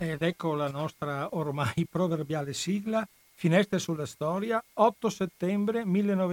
Ed ecco la nostra ormai proverbiale sigla, Finestre sulla storia, 8 settembre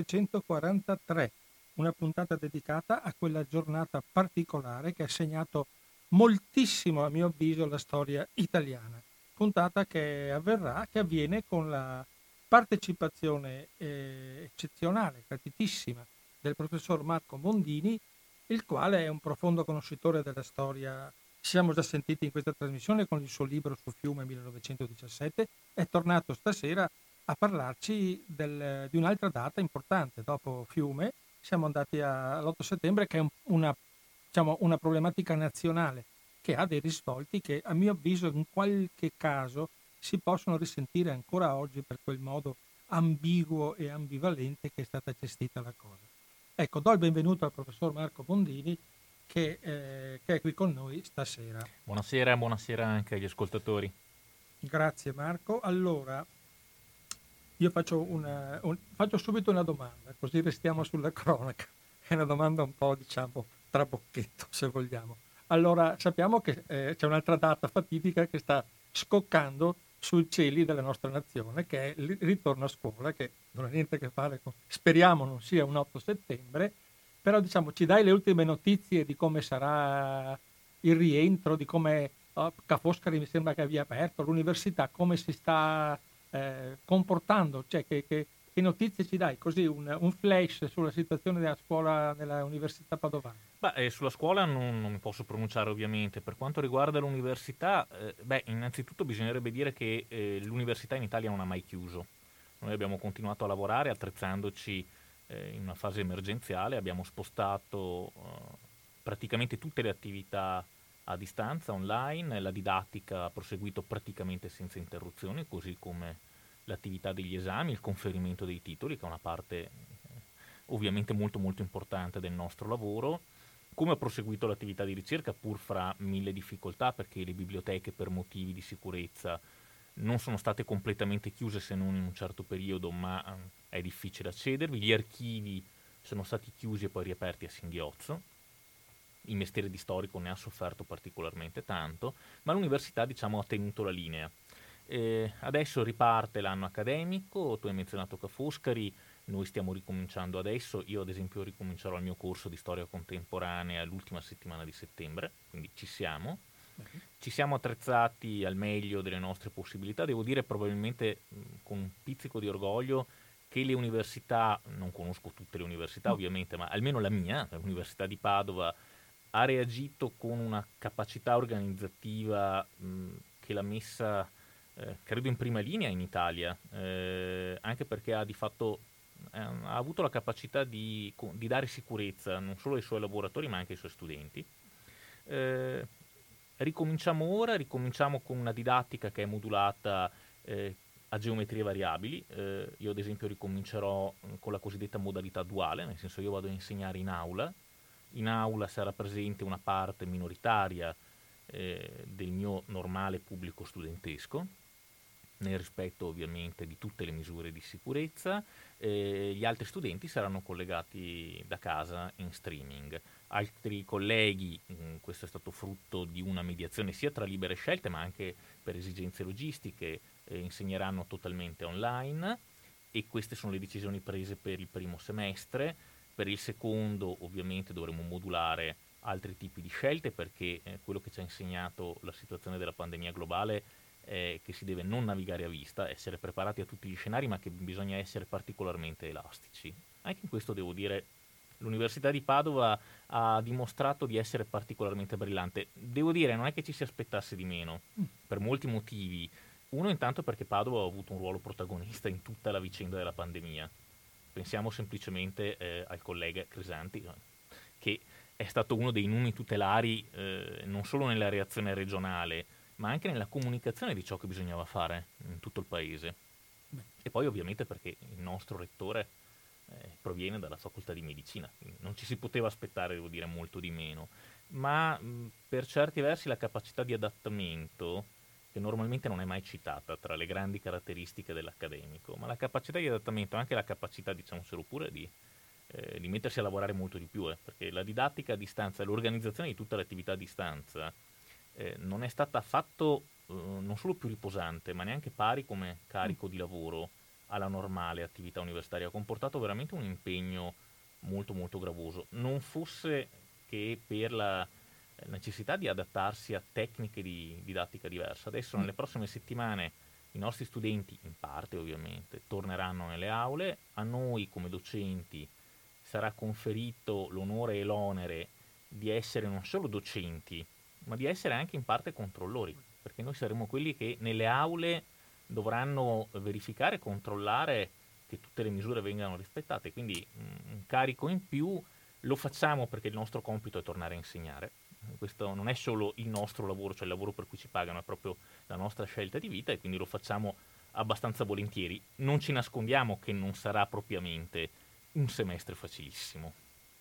1943, una puntata dedicata a quella giornata particolare che ha segnato moltissimo, a mio avviso, la storia italiana. Puntata che avviene con la partecipazione eccezionale, gratitissima, del professor Marco Mondini, il quale è un profondo conoscitore della storia. Ci siamo già sentiti in questa trasmissione con il suo libro su Fiume 1917, è tornato stasera a parlarci di un'altra data importante. Dopo Fiume siamo andati all'8 settembre, che è una problematica nazionale che ha dei risvolti che, a mio avviso, in qualche caso si possono risentire ancora oggi per quel modo ambiguo e ambivalente che è stata gestita la cosa. Ecco, do il benvenuto al professor Marco Bondini che è qui con noi stasera. Buonasera anche agli ascoltatori. Grazie Marco. Allora, io faccio subito una domanda, così restiamo sulla cronaca. È una domanda un po', diciamo, trabocchetto, se vogliamo. Allora, sappiamo che c'è un'altra data fatidica che sta scoccando sui cieli della nostra nazione, che è il ritorno a scuola, che non ha niente a che fare con... Speriamo non sia un 8 settembre, però diciamo ci dai le ultime notizie di come sarà il rientro, di come Ca' Foscari mi sembra che abbia aperto, l'università come si sta comportando, cioè che notizie ci dai? Così un flash sulla situazione della scuola nella Università Padovana. Sulla scuola non mi posso pronunciare ovviamente. Per quanto riguarda l'università, innanzitutto bisognerebbe dire che l'università in Italia non ha mai chiuso. Noi abbiamo continuato a lavorare attrezzandoci in una fase emergenziale, abbiamo spostato praticamente tutte le attività a distanza, online, la didattica ha proseguito praticamente senza interruzioni, così come l'attività degli esami, il conferimento dei titoli, che è una parte ovviamente molto molto importante del nostro lavoro, come ha proseguito l'attività di ricerca pur fra mille difficoltà, perché le biblioteche per motivi di sicurezza non sono state completamente chiuse se non in un certo periodo, ma è difficile accedervi, gli archivi sono stati chiusi e poi riaperti a singhiozzo, il mestiere di storico ne ha sofferto particolarmente tanto, ma l'università diciamo ha tenuto la linea. Adesso riparte l'anno accademico, tu hai menzionato Ca' Foscari, noi stiamo ricominciando adesso, io ad esempio ricomincerò il mio corso di storia contemporanea l'ultima settimana di settembre, quindi ci siamo. Ci siamo attrezzati al meglio delle nostre possibilità, devo dire probabilmente con un pizzico di orgoglio che le università, non conosco tutte le università No. ovviamente, ma almeno la mia, l'Università di Padova, ha reagito con una capacità organizzativa che l'ha messa, credo, in prima linea in Italia, anche perché ha di fatto ha avuto la capacità di dare sicurezza non solo ai suoi lavoratori ma anche ai suoi studenti. Eh, Ricominciamo ora, ricominciamo con una didattica che è modulata a geometrie variabili. Io ad esempio ricomincerò con la cosiddetta modalità duale, nel senso io vado a insegnare in aula sarà presente una parte minoritaria del mio normale pubblico studentesco, nel rispetto ovviamente di tutte le misure di sicurezza. Gli altri studenti saranno collegati da casa in streaming. Altri colleghi, questo è stato frutto di una mediazione sia tra libere scelte ma anche per esigenze logistiche, insegneranno totalmente online e queste sono le decisioni prese per il primo semestre. Per il secondo ovviamente dovremo modulare altri tipi di scelte perché quello che ci ha insegnato la situazione della pandemia globale è che si deve non navigare a vista, essere preparati a tutti gli scenari, ma che bisogna essere particolarmente elastici. Anche in questo devo dire l'Università di Padova ha dimostrato di essere particolarmente brillante. Devo dire, non è che ci si aspettasse di meno, per molti motivi. Uno intanto perché Padova ha avuto un ruolo protagonista in tutta la vicenda della pandemia. Pensiamo semplicemente al collega Crisanti, che è stato uno dei numi tutelari non solo nella reazione regionale, ma anche nella comunicazione di ciò che bisognava fare in tutto il paese. E poi ovviamente perché il nostro rettore proviene dalla facoltà di medicina, quindi non ci si poteva aspettare, devo dire, molto di meno. Ma per certi versi la capacità di adattamento, che normalmente non è mai citata tra le grandi caratteristiche dell'accademico, ma la capacità di adattamento, anche la capacità, diciamocelo pure, di mettersi a lavorare molto di più, perché la didattica a distanza, l'organizzazione di tutta l'attività a distanza non è stata affatto non solo più riposante, ma neanche pari come carico di lavoro alla normale attività universitaria. Ha comportato veramente un impegno molto molto gravoso. Non fosse che per la necessità di adattarsi a tecniche di didattica diverse. Adesso nelle prossime settimane i nostri studenti, in parte ovviamente, torneranno nelle aule, a noi come docenti sarà conferito l'onore e l'onere di essere non solo docenti, ma di essere anche in parte controllori, perché noi saremo quelli che nelle aule dovranno verificare e controllare che tutte le misure vengano rispettate, quindi un carico in più. Lo facciamo perché il nostro compito è tornare a insegnare. Questo non è solo il nostro lavoro, cioè il lavoro per cui ci pagano, è proprio la nostra scelta di vita e quindi lo facciamo abbastanza volentieri. Non ci nascondiamo che non sarà propriamente un semestre facilissimo.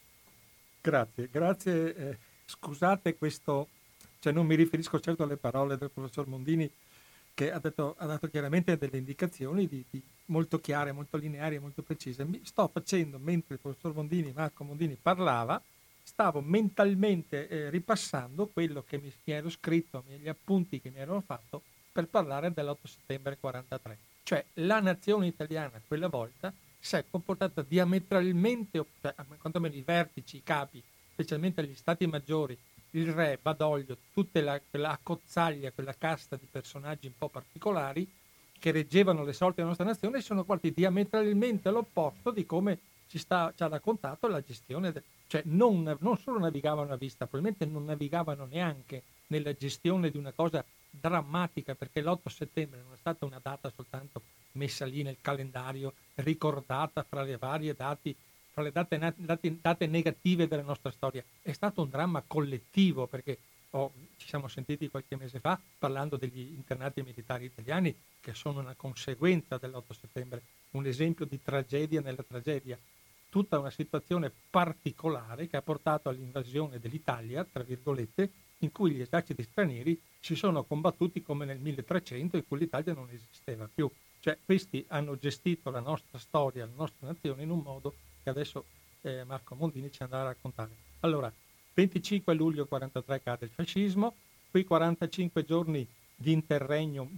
Grazie, grazie. Scusate questo, cioè non mi riferisco certo alle parole del professor Mondini, che ha dato chiaramente delle indicazioni molto chiare, molto lineari e molto precise. Mi sto facendo, mentre il professor Mondini, Marco Mondini, parlava, stavo mentalmente ripassando quello che mi ero scritto, gli appunti che mi ero fatto per parlare dell'8 settembre 43. Cioè la nazione italiana quella volta si è comportata diametralmente, quantomeno i vertici, i capi, specialmente gli stati maggiori, il re, Badoglio, quella accozzaglia, quella casta di personaggi un po' particolari che reggevano le sorti della nostra nazione, sono quasi diametralmente all'opposto di come ci ha raccontato la gestione. Cioè non solo navigavano a vista, probabilmente non navigavano neanche nella gestione di una cosa drammatica, perché l'8 settembre non è stata una data soltanto messa lì nel calendario, ricordata fra le varie date, fra le date negative della nostra storia. È stato un dramma collettivo, perché ci siamo sentiti qualche mese fa parlando degli internati militari italiani che sono una conseguenza dell'8 settembre, un esempio di tragedia nella tragedia. Tutta una situazione particolare che ha portato all'invasione dell'Italia, tra virgolette, in cui gli eserciti stranieri si sono combattuti come nel 1300, in cui l'Italia non esisteva più. Cioè questi hanno gestito la nostra storia, la nostra nazione in un modo che adesso Marco Mondini ci andrà a raccontare. Allora, 25 luglio 43 cade il fascismo, qui 45 giorni di interregno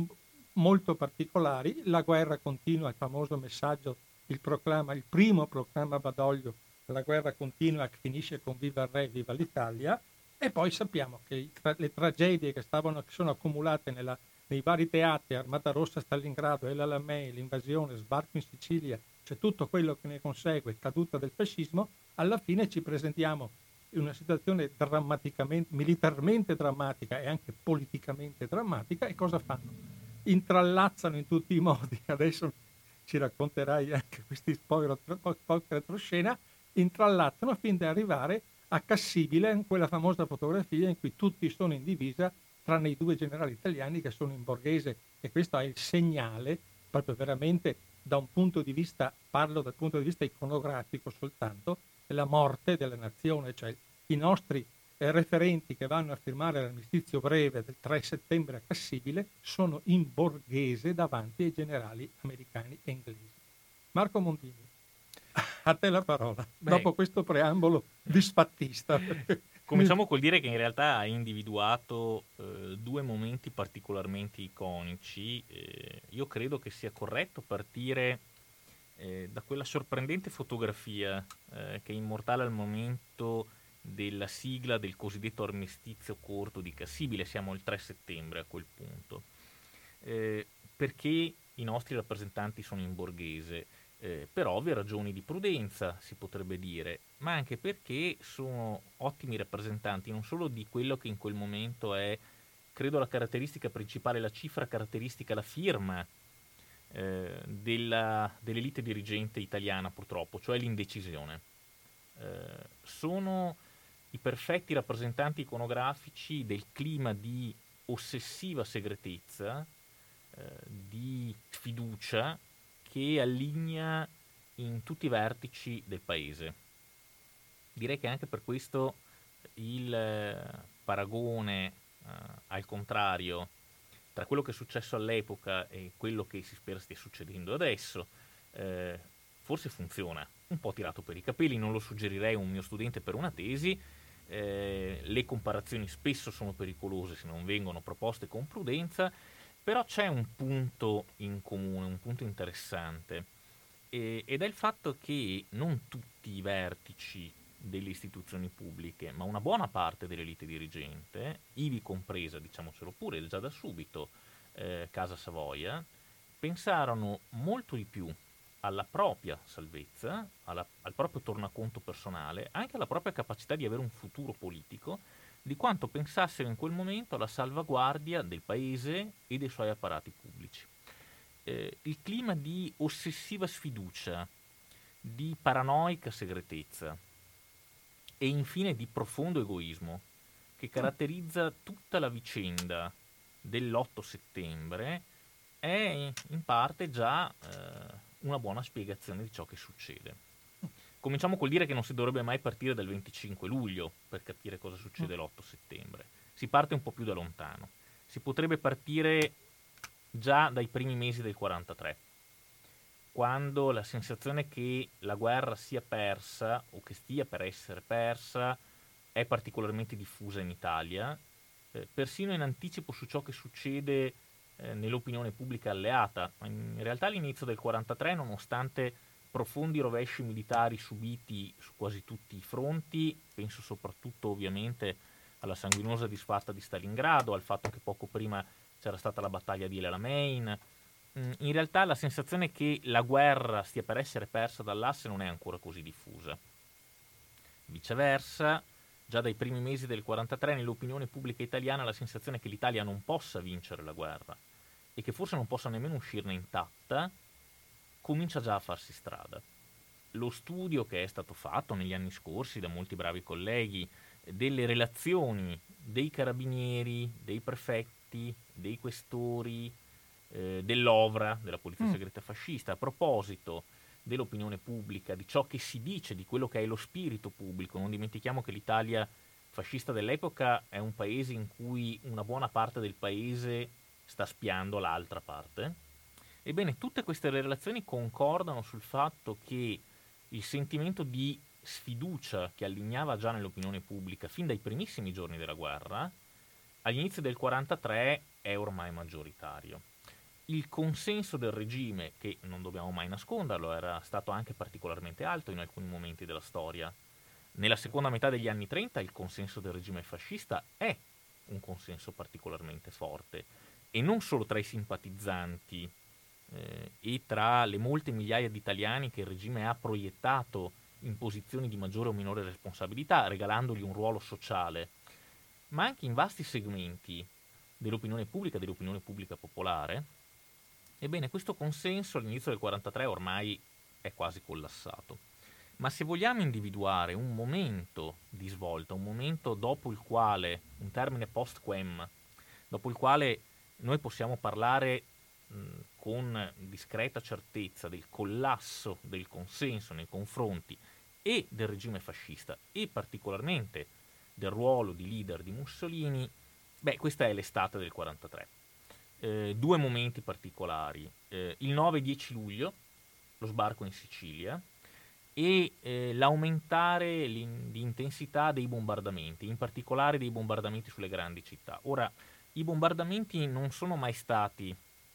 molto particolari, la guerra continua, il famoso messaggio, il primo proclama Badoglio, la guerra continua che finisce con viva il re, viva l'Italia, e poi sappiamo che le tragedie che sono accumulate nei vari teatri, Armata Rossa a Stalingrado, El Alamein, l'invasione, sbarco in Sicilia, cioè tutto quello che ne consegue, caduta del fascismo, alla fine ci presentiamo in una situazione militarmente drammatica e anche politicamente drammatica. E cosa fanno? Intrallazzano in tutti i modi, adesso ci racconterai anche questi pochi retroscena, intrallazzano fin da arrivare a Cassibile, in quella famosa fotografia in cui tutti sono in divisa, tranne i due generali italiani che sono in borghese, e questo è il segnale, proprio veramente da un punto di vista, parlo dal punto di vista iconografico soltanto, della morte della nazione, cioè i nostri referenti che vanno a firmare l'armistizio breve del 3 settembre a Cassibile sono in borghese davanti ai generali americani e inglesi. Marco Mondini, a te la parola, dopo questo preambolo disfattista. Cominciamo col dire che in realtà hai individuato due momenti particolarmente iconici. Io credo che sia corretto partire da quella sorprendente fotografia che è immortale al momento della sigla del cosiddetto armistizio corto di Cassibile. Siamo il 3 settembre a quel punto. Perché i nostri rappresentanti sono in borghese? Per ovvie ragioni di prudenza, si potrebbe dire, ma anche perché sono ottimi rappresentanti non solo di quello che in quel momento è, credo, la caratteristica principale, la cifra caratteristica, la firma dell'elite dirigente italiana, purtroppo, cioè l'indecisione. Sono i perfetti rappresentanti iconografici del clima di ossessiva segretezza, di fiducia che allinea in tutti i vertici del paese. Direi che anche per questo il paragone al contrario tra quello che è successo all'epoca e quello che si spera stia succedendo adesso forse funziona. Un po' tirato per i capelli, non lo suggerirei a un mio studente per una tesi, Le comparazioni spesso sono pericolose se non vengono proposte con prudenza, però c'è un punto in comune, un punto interessante, ed è il fatto che non tutti i vertici delle istituzioni pubbliche, ma una buona parte dell'elite dirigente, ivi compresa, diciamocelo pure, già da subito, Casa Savoia, pensarono molto di più alla propria salvezza, al proprio tornaconto personale, anche alla propria capacità di avere un futuro politico, di quanto pensassero in quel momento alla salvaguardia del paese e dei suoi apparati pubblici. Il clima di ossessiva sfiducia, di paranoica segretezza e infine di profondo egoismo che caratterizza tutta la vicenda dell'8 settembre è in parte già una buona spiegazione di ciò che succede. Cominciamo col dire che non si dovrebbe mai partire dal 25 luglio per capire cosa succede l'8 settembre. Si parte un po' più da lontano. Si potrebbe partire già dai primi mesi del 43, quando la sensazione che la guerra sia persa o che stia per essere persa è particolarmente diffusa in Italia, persino in anticipo su ciò che succede nell'opinione pubblica alleata. In realtà all'inizio del 43, nonostante profondi rovesci militari subiti su quasi tutti i fronti, penso soprattutto ovviamente alla sanguinosa disfatta di Stalingrado, al fatto che poco prima c'era stata la battaglia di El Alamein. In realtà la sensazione che la guerra stia per essere persa dall'asse non è ancora così diffusa. Viceversa, già dai primi mesi del 43 nell'opinione pubblica italiana la sensazione che l'Italia non possa vincere la guerra e che forse non possa nemmeno uscirne intatta comincia già a farsi strada. Lo studio che è stato fatto negli anni scorsi da molti bravi colleghi delle relazioni dei carabinieri, dei prefetti, dei questori, dell'OVRA, della polizia segreta fascista, a proposito dell'opinione pubblica, di ciò che si dice, di quello che è lo spirito pubblico. Non dimentichiamo che l'Italia fascista dell'epoca è un paese in cui una buona parte del paese sta spiando l'altra parte. Ebbene, tutte queste relazioni concordano sul fatto che il sentimento di sfiducia che allignava già nell'opinione pubblica fin dai primissimi giorni della guerra, all'inizio del 43 è ormai maggioritario. Il consenso del regime, che non dobbiamo mai nasconderlo, era stato anche particolarmente alto in alcuni momenti della storia. Nella seconda metà degli anni 30 il consenso del regime fascista è un consenso particolarmente forte, e non solo tra i simpatizzanti e tra le molte migliaia di italiani che il regime ha proiettato in posizioni di maggiore o minore responsabilità, regalandogli un ruolo sociale, ma anche in vasti segmenti dell'opinione pubblica popolare. Ebbene, questo consenso all'inizio del 43 ormai è quasi collassato. Ma se vogliamo individuare un momento di svolta, un momento dopo il quale, un termine post-quem, dopo il quale noi possiamo parlare con discreta certezza del collasso del consenso nei confronti e del regime fascista e particolarmente del ruolo di leader di Mussolini, questa è l'estate del 43. Due momenti particolari, il 9 e 10 luglio, lo sbarco in Sicilia, e l'aumentare di intensità dei bombardamenti, in particolare dei bombardamenti sulle grandi città. Ora, i bombardamenti non sono mai stati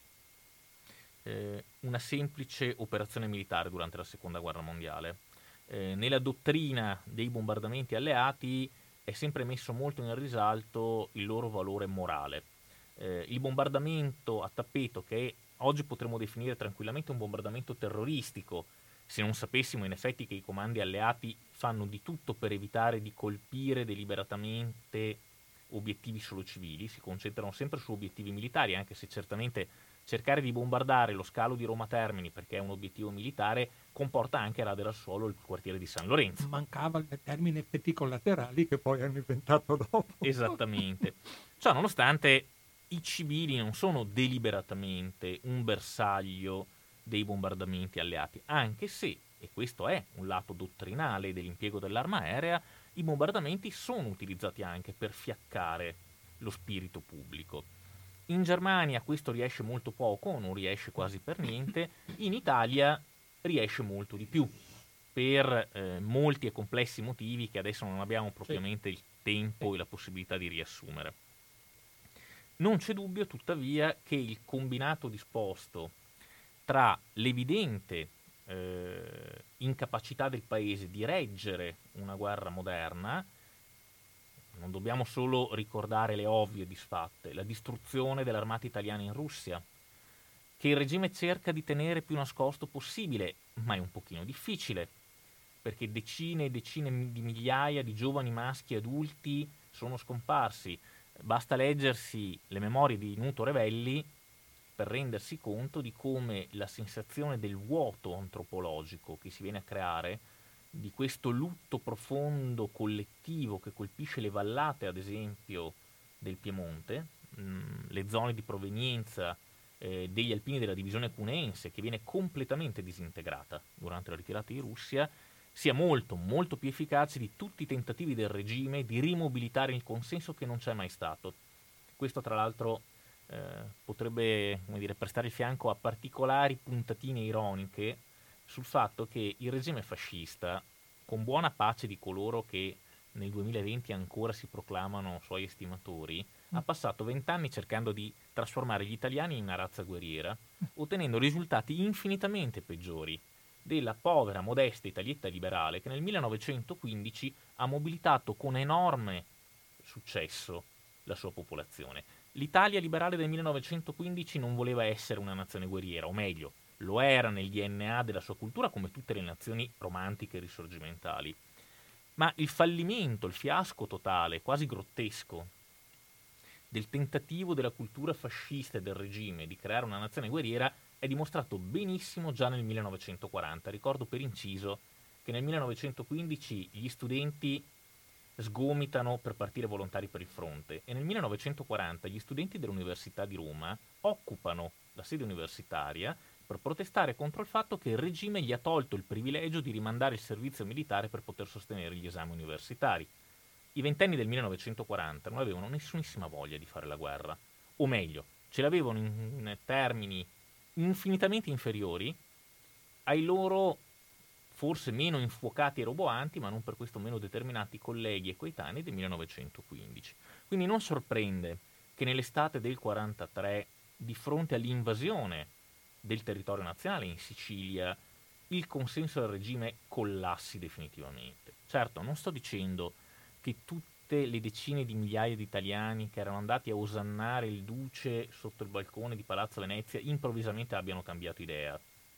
una semplice operazione militare durante la Seconda Guerra Mondiale. Nella dottrina dei bombardamenti alleati è sempre messo molto in risalto il loro valore morale. Il bombardamento a tappeto, che oggi potremmo definire tranquillamente un bombardamento terroristico, se non sapessimo in effetti che i comandi alleati fanno di tutto per evitare di colpire deliberatamente obiettivi solo civili, si concentrano sempre su obiettivi militari, anche se certamente cercare di bombardare lo scalo di Roma Termini perché è un obiettivo militare comporta anche radere al suolo il quartiere di San Lorenzo. Mancava il termine effetti collaterali che poi hanno inventato dopo. Esattamente. Ciò nonostante, i civili non sono deliberatamente un bersaglio dei bombardamenti alleati, anche se, e questo è un lato dottrinale dell'impiego dell'arma aerea, i bombardamenti sono utilizzati anche per fiaccare lo spirito pubblico. In Germania questo riesce molto poco, non riesce quasi per niente, in Italia riesce molto di più. per molti e complessi motivi che adesso non abbiamo propriamente il tempo e la possibilità di riassumere. Non c'è dubbio, tuttavia, che il combinato disposto tra l'evidente incapacità del paese di reggere una guerra moderna, non dobbiamo solo ricordare le ovvie disfatte, la distruzione dell'armata italiana in Russia, che il regime cerca di tenere più nascosto possibile, ma è un pochino difficile, perché decine e decine di migliaia di giovani maschi adulti sono scomparsi. Basta leggersi le memorie di Nuto Revelli per rendersi conto di come la sensazione del vuoto antropologico che si viene a creare, di questo lutto profondo collettivo che colpisce le vallate, ad esempio, del Piemonte, le zone di provenienza degli alpini della divisione cunense, che viene completamente disintegrata durante la ritirata di Russia, sia molto, molto più efficace di tutti i tentativi del regime di rimobilitare il consenso che non c'è mai stato. Questo, tra l'altro, potrebbe, come dire, prestare il fianco a particolari puntatine ironiche sul fatto che il regime fascista, con buona pace di coloro che nel 2020 ancora si proclamano suoi estimatori, ha passato 20 anni cercando di trasformare gli italiani in una razza guerriera, ottenendo risultati infinitamente peggiori della povera, modesta Italietta liberale che nel 1915 ha mobilitato con enorme successo la sua popolazione. L'Italia liberale del 1915 non voleva essere una nazione guerriera, o meglio, lo era nel DNA della sua cultura come tutte le nazioni romantiche e risorgimentali. Ma il fallimento, il fiasco totale, quasi grottesco, del tentativo della cultura fascista e del regime di creare una nazione guerriera è dimostrato benissimo già nel 1940. Ricordo per inciso che nel 1915 gli studenti sgomitano per partire volontari per il fronte e nel 1940 gli studenti dell'Università di Roma occupano la sede universitaria per protestare contro il fatto che il regime gli ha tolto il privilegio di rimandare il servizio militare per poter sostenere gli esami universitari. I ventenni del 1940 non avevano nessunissima voglia di fare la guerra, o meglio, ce l'avevano in termini infinitamente inferiori ai loro forse meno infuocati e roboanti, ma non per questo meno determinati colleghi e coetanei del 1915. Quindi non sorprende che nell'estate del 1943, di fronte all'invasione del territorio nazionale in Sicilia, il consenso del regime collassi definitivamente. Certo, non sto dicendo che tutte le decine di migliaia di italiani che erano andati a osannare il duce sotto il balcone di Palazzo Venezia improvvisamente abbiano cambiato idea.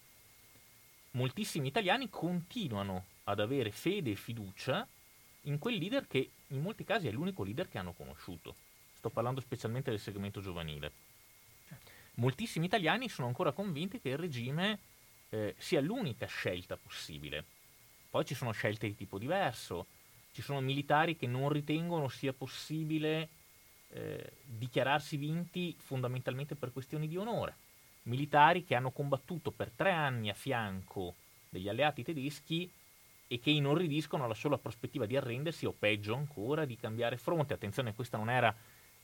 Moltissimi italiani continuano ad avere fede e fiducia in quel leader che in molti casi è l'unico leader che hanno conosciuto. Sto parlando specialmente del segmento giovanile. Moltissimi italiani sono ancora convinti che il regime sia l'unica scelta possibile. Poi ci sono scelte di tipo diverso. Ci sono militari che non ritengono sia possibile dichiararsi vinti fondamentalmente per questioni di onore. Militari che hanno combattuto per 3 anni a fianco degli alleati tedeschi e che inorridiscono alla sola prospettiva di arrendersi o peggio ancora di cambiare fronte. Attenzione, questa non era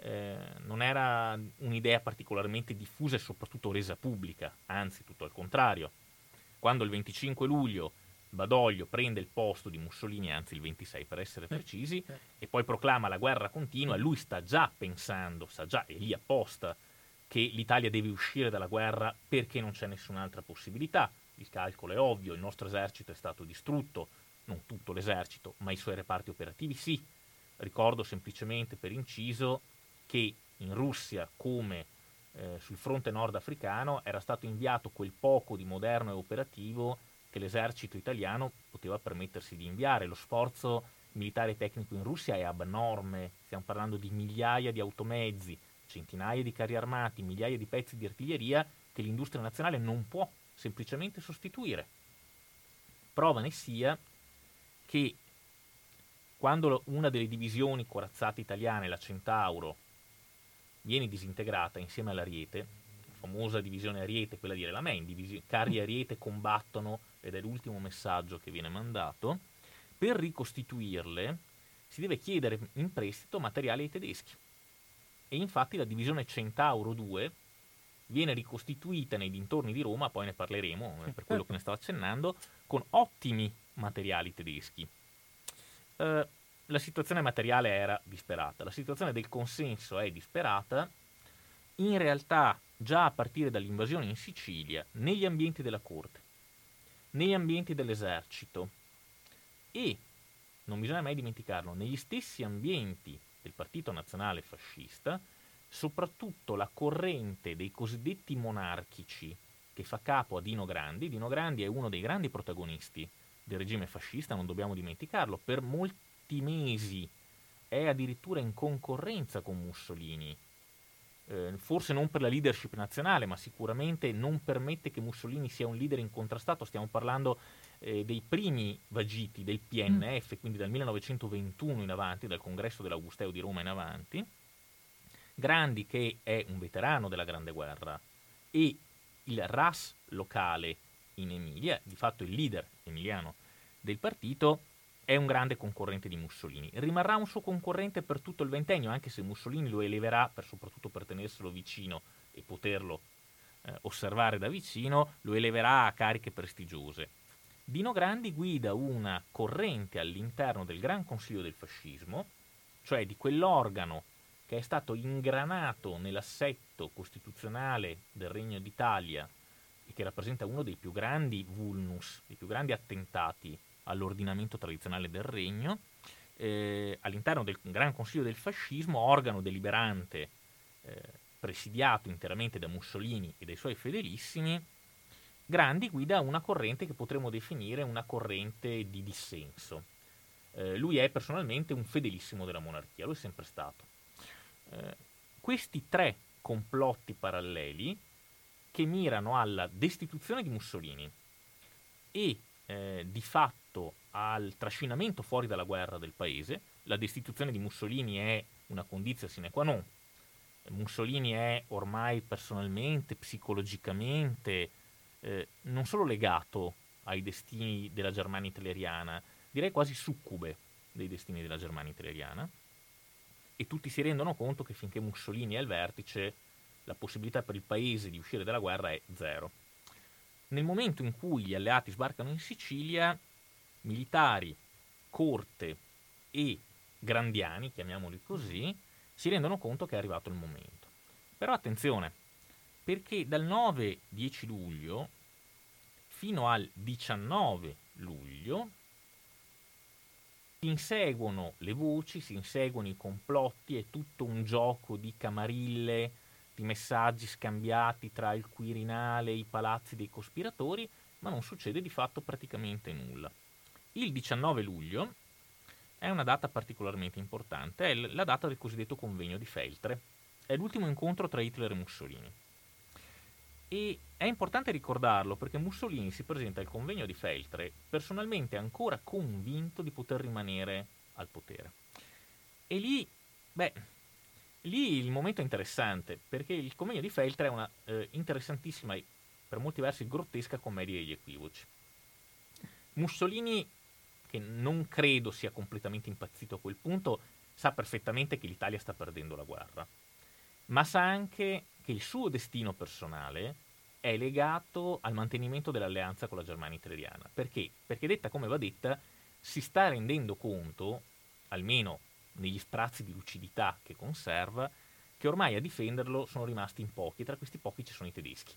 un'idea particolarmente diffusa e soprattutto resa pubblica, anzi tutto al contrario. Quando il 25 luglio Badoglio prende il posto di Mussolini, anzi il 26 per essere precisi, e poi proclama la guerra continua, lui sta già pensando, sa già, è lì apposta, che l'Italia deve uscire dalla guerra perché non c'è nessun'altra possibilità. Il calcolo è ovvio, il nostro esercito è stato distrutto, non tutto l'esercito, ma i suoi reparti operativi sì. Ricordo semplicemente per inciso che in Russia, come sul fronte nordafricano, era stato inviato quel poco di moderno e operativo che l'esercito italiano poteva permettersi di inviare. Lo sforzo militare e tecnico in Russia è abnorme, stiamo parlando di migliaia di automezzi, centinaia di carri armati, migliaia di pezzi di artiglieria che l'industria nazionale non può semplicemente sostituire. Prova ne sia che quando una delle divisioni corazzate italiane, la Centauro, viene disintegrata insieme all'Ariete, la famosa divisione Ariete, quella di Relamen, carri Ariete combattono, ed è l'ultimo messaggio che viene mandato, per ricostituirle si deve chiedere in prestito materiale ai tedeschi. E infatti la divisione Centauro 2 viene ricostituita nei dintorni di Roma, poi ne parleremo per quello che ne stavo accennando, con ottimi materiali tedeschi. La situazione materiale era disperata, la situazione del consenso è disperata. In realtà, già a partire dall'invasione in Sicilia, negli ambienti della corte, negli ambienti dell'esercito e, non bisogna mai dimenticarlo, negli stessi ambienti del Partito Nazionale Fascista, soprattutto la corrente dei cosiddetti monarchici che fa capo a Dino Grandi. Dino Grandi è uno dei grandi protagonisti del regime fascista, non dobbiamo dimenticarlo, per molti mesi è addirittura in concorrenza con Mussolini, forse non per la leadership nazionale, ma sicuramente non permette che Mussolini sia un leader incontrastato. Stiamo parlando dei primi vagiti del PNF, quindi dal 1921 in avanti, dal congresso dell'Augusteo di Roma in avanti. Grandi, che è un veterano della Grande Guerra, e il RAS locale in Emilia, di fatto il leader emiliano del partito, è un grande concorrente di Mussolini. Rimarrà un suo concorrente per tutto il ventennio, anche se Mussolini lo eleverà, soprattutto per tenerselo vicino e poterlo osservare da vicino, lo eleverà a cariche prestigiose. Dino Grandi guida una corrente all'interno del Gran Consiglio del Fascismo, cioè di quell'organo che è stato ingranato nell'assetto costituzionale del Regno d'Italia e che rappresenta uno dei più grandi vulnus, dei più grandi attentati all'ordinamento tradizionale del Regno, all'interno del Gran Consiglio del Fascismo, organo deliberante presidiato interamente da Mussolini e dai suoi fedelissimi. Grandi guida una corrente che potremmo definire una corrente di dissenso. Lui è personalmente un fedelissimo della monarchia, lo è sempre stato. Questi tre complotti paralleli che mirano alla destituzione di Mussolini e di fatto al trascinamento fuori dalla guerra del paese. La destituzione di Mussolini è una condizio sine qua non. Mussolini è ormai personalmente, psicologicamente, non solo legato ai destini della Germania hitleriana, direi quasi succube dei destini della Germania hitleriana, e tutti si rendono conto che finché Mussolini è al vertice la possibilità per il paese di uscire dalla guerra è zero. Nel momento in cui gli alleati sbarcano in Sicilia, militari, corte e grandiani, chiamiamoli così, si rendono conto che è arrivato il momento. Però attenzione, perché dal 9-10 luglio fino al 19 luglio si inseguono le voci, si inseguono i complotti, è tutto un gioco di camarille, di messaggi scambiati tra il Quirinale e i palazzi dei cospiratori, ma non succede di fatto praticamente nulla. Il 19 luglio è una data particolarmente importante, è la data del cosiddetto convegno di Feltre, è l'ultimo incontro tra Hitler e Mussolini. E è importante ricordarlo perché Mussolini si presenta al convegno di Feltre personalmente ancora convinto di poter rimanere al potere. E lì il momento è interessante, perché il convegno di Feltre è una interessantissima e per molti versi grottesca commedia degli equivoci. Mussolini, che non credo sia completamente impazzito a quel punto, sa perfettamente che l'Italia sta perdendo la guerra, ma sa anche che il suo destino personale è legato al mantenimento dell'alleanza con la Germania hitleriana. Perché? Perché detta come va detta, si sta rendendo conto, almeno negli sprazzi di lucidità che conserva, che ormai a difenderlo sono rimasti in pochi, e tra questi pochi ci sono i tedeschi.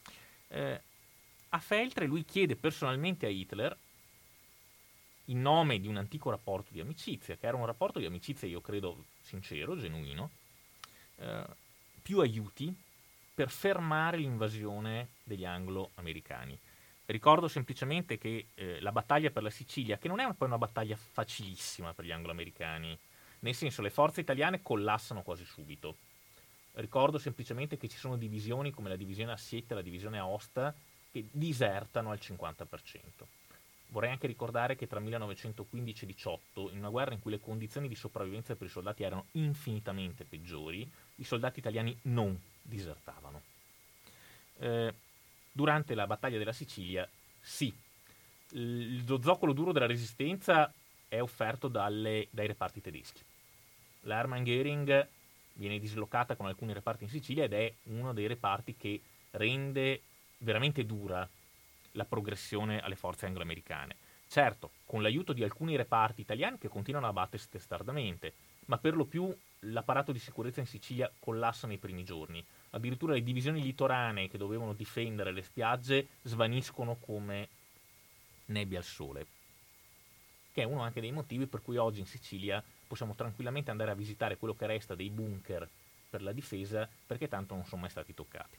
A Feltre lui chiede personalmente a Hitler, in nome di un antico rapporto di amicizia, che era un rapporto di amicizia, io credo, sincero, genuino, più aiuti per fermare l'invasione degli anglo-americani. Ricordo semplicemente che la battaglia per la Sicilia, che non è poi una battaglia facilissima per gli anglo-americani, nel senso le forze italiane collassano quasi subito. Ricordo semplicemente che ci sono divisioni come la divisione a Siete e la divisione a Aosta che disertano al 50%. Vorrei anche ricordare che tra 1915 e 18, in una guerra in cui le condizioni di sopravvivenza per i soldati erano infinitamente peggiori, i soldati italiani non disertavano. Durante la battaglia della Sicilia, sì, lo zoccolo duro della resistenza è offerto dai reparti tedeschi. La Hermann Göring viene dislocata con alcuni reparti in Sicilia ed è uno dei reparti che rende veramente dura la progressione alle forze anglo-americane. certo, con l'aiuto di alcuni reparti italiani che continuano a battersi testardamente, ma per lo più l'apparato di sicurezza in Sicilia collassa nei primi giorni. Addirittura le divisioni litoranee che dovevano difendere le spiagge svaniscono come nebbia al sole, che è uno anche dei motivi per cui oggi in Sicilia possiamo tranquillamente andare a visitare quello che resta dei bunker per la difesa, perché tanto non sono mai stati toccati.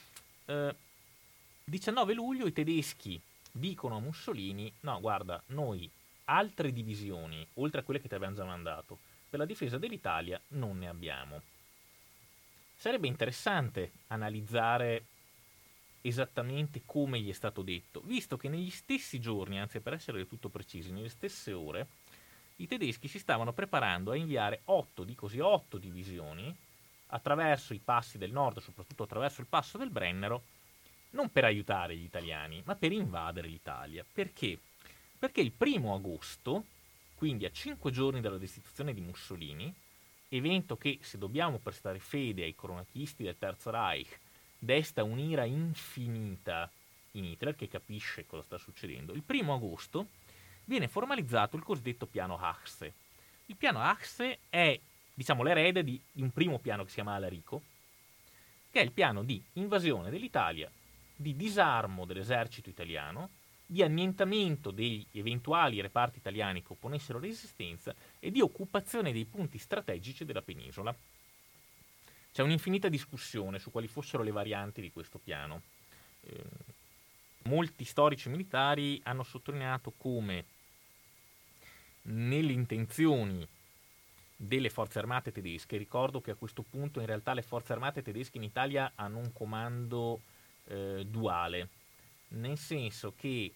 19 luglio i tedeschi dicono a Mussolini: no, guarda, noi altre divisioni, oltre a quelle che ti abbiamo già mandato, per la difesa dell'Italia non ne abbiamo. Sarebbe interessante analizzare esattamente come gli è stato detto, visto che negli stessi giorni, anzi per essere del tutto precisi, nelle stesse ore, i tedeschi si stavano preparando a inviare 8 divisioni attraverso i passi del nord, soprattutto attraverso il passo del Brennero, non per aiutare gli italiani, ma per invadere l'Italia. Perché? Perché il 1° agosto, quindi a 5 giorni dalla destituzione di Mussolini, evento che, se dobbiamo prestare fede ai cronachisti del Terzo Reich, desta un'ira infinita in Hitler, che capisce cosa sta succedendo, il 1° agosto viene formalizzato il cosiddetto piano Achse. Il piano Achse è, diciamo, l'erede di un primo piano che si chiama Alarico, che è il piano di invasione dell'Italia, di disarmo dell'esercito italiano, di annientamento degli eventuali reparti italiani che opponessero resistenza e di occupazione dei punti strategici della penisola. C'è un'infinita discussione su quali fossero le varianti di questo piano. Molti storici militari hanno sottolineato come nelle intenzioni delle forze armate tedesche, ricordo che a questo punto in realtà le forze armate tedesche in Italia hanno un comando duale, nel senso che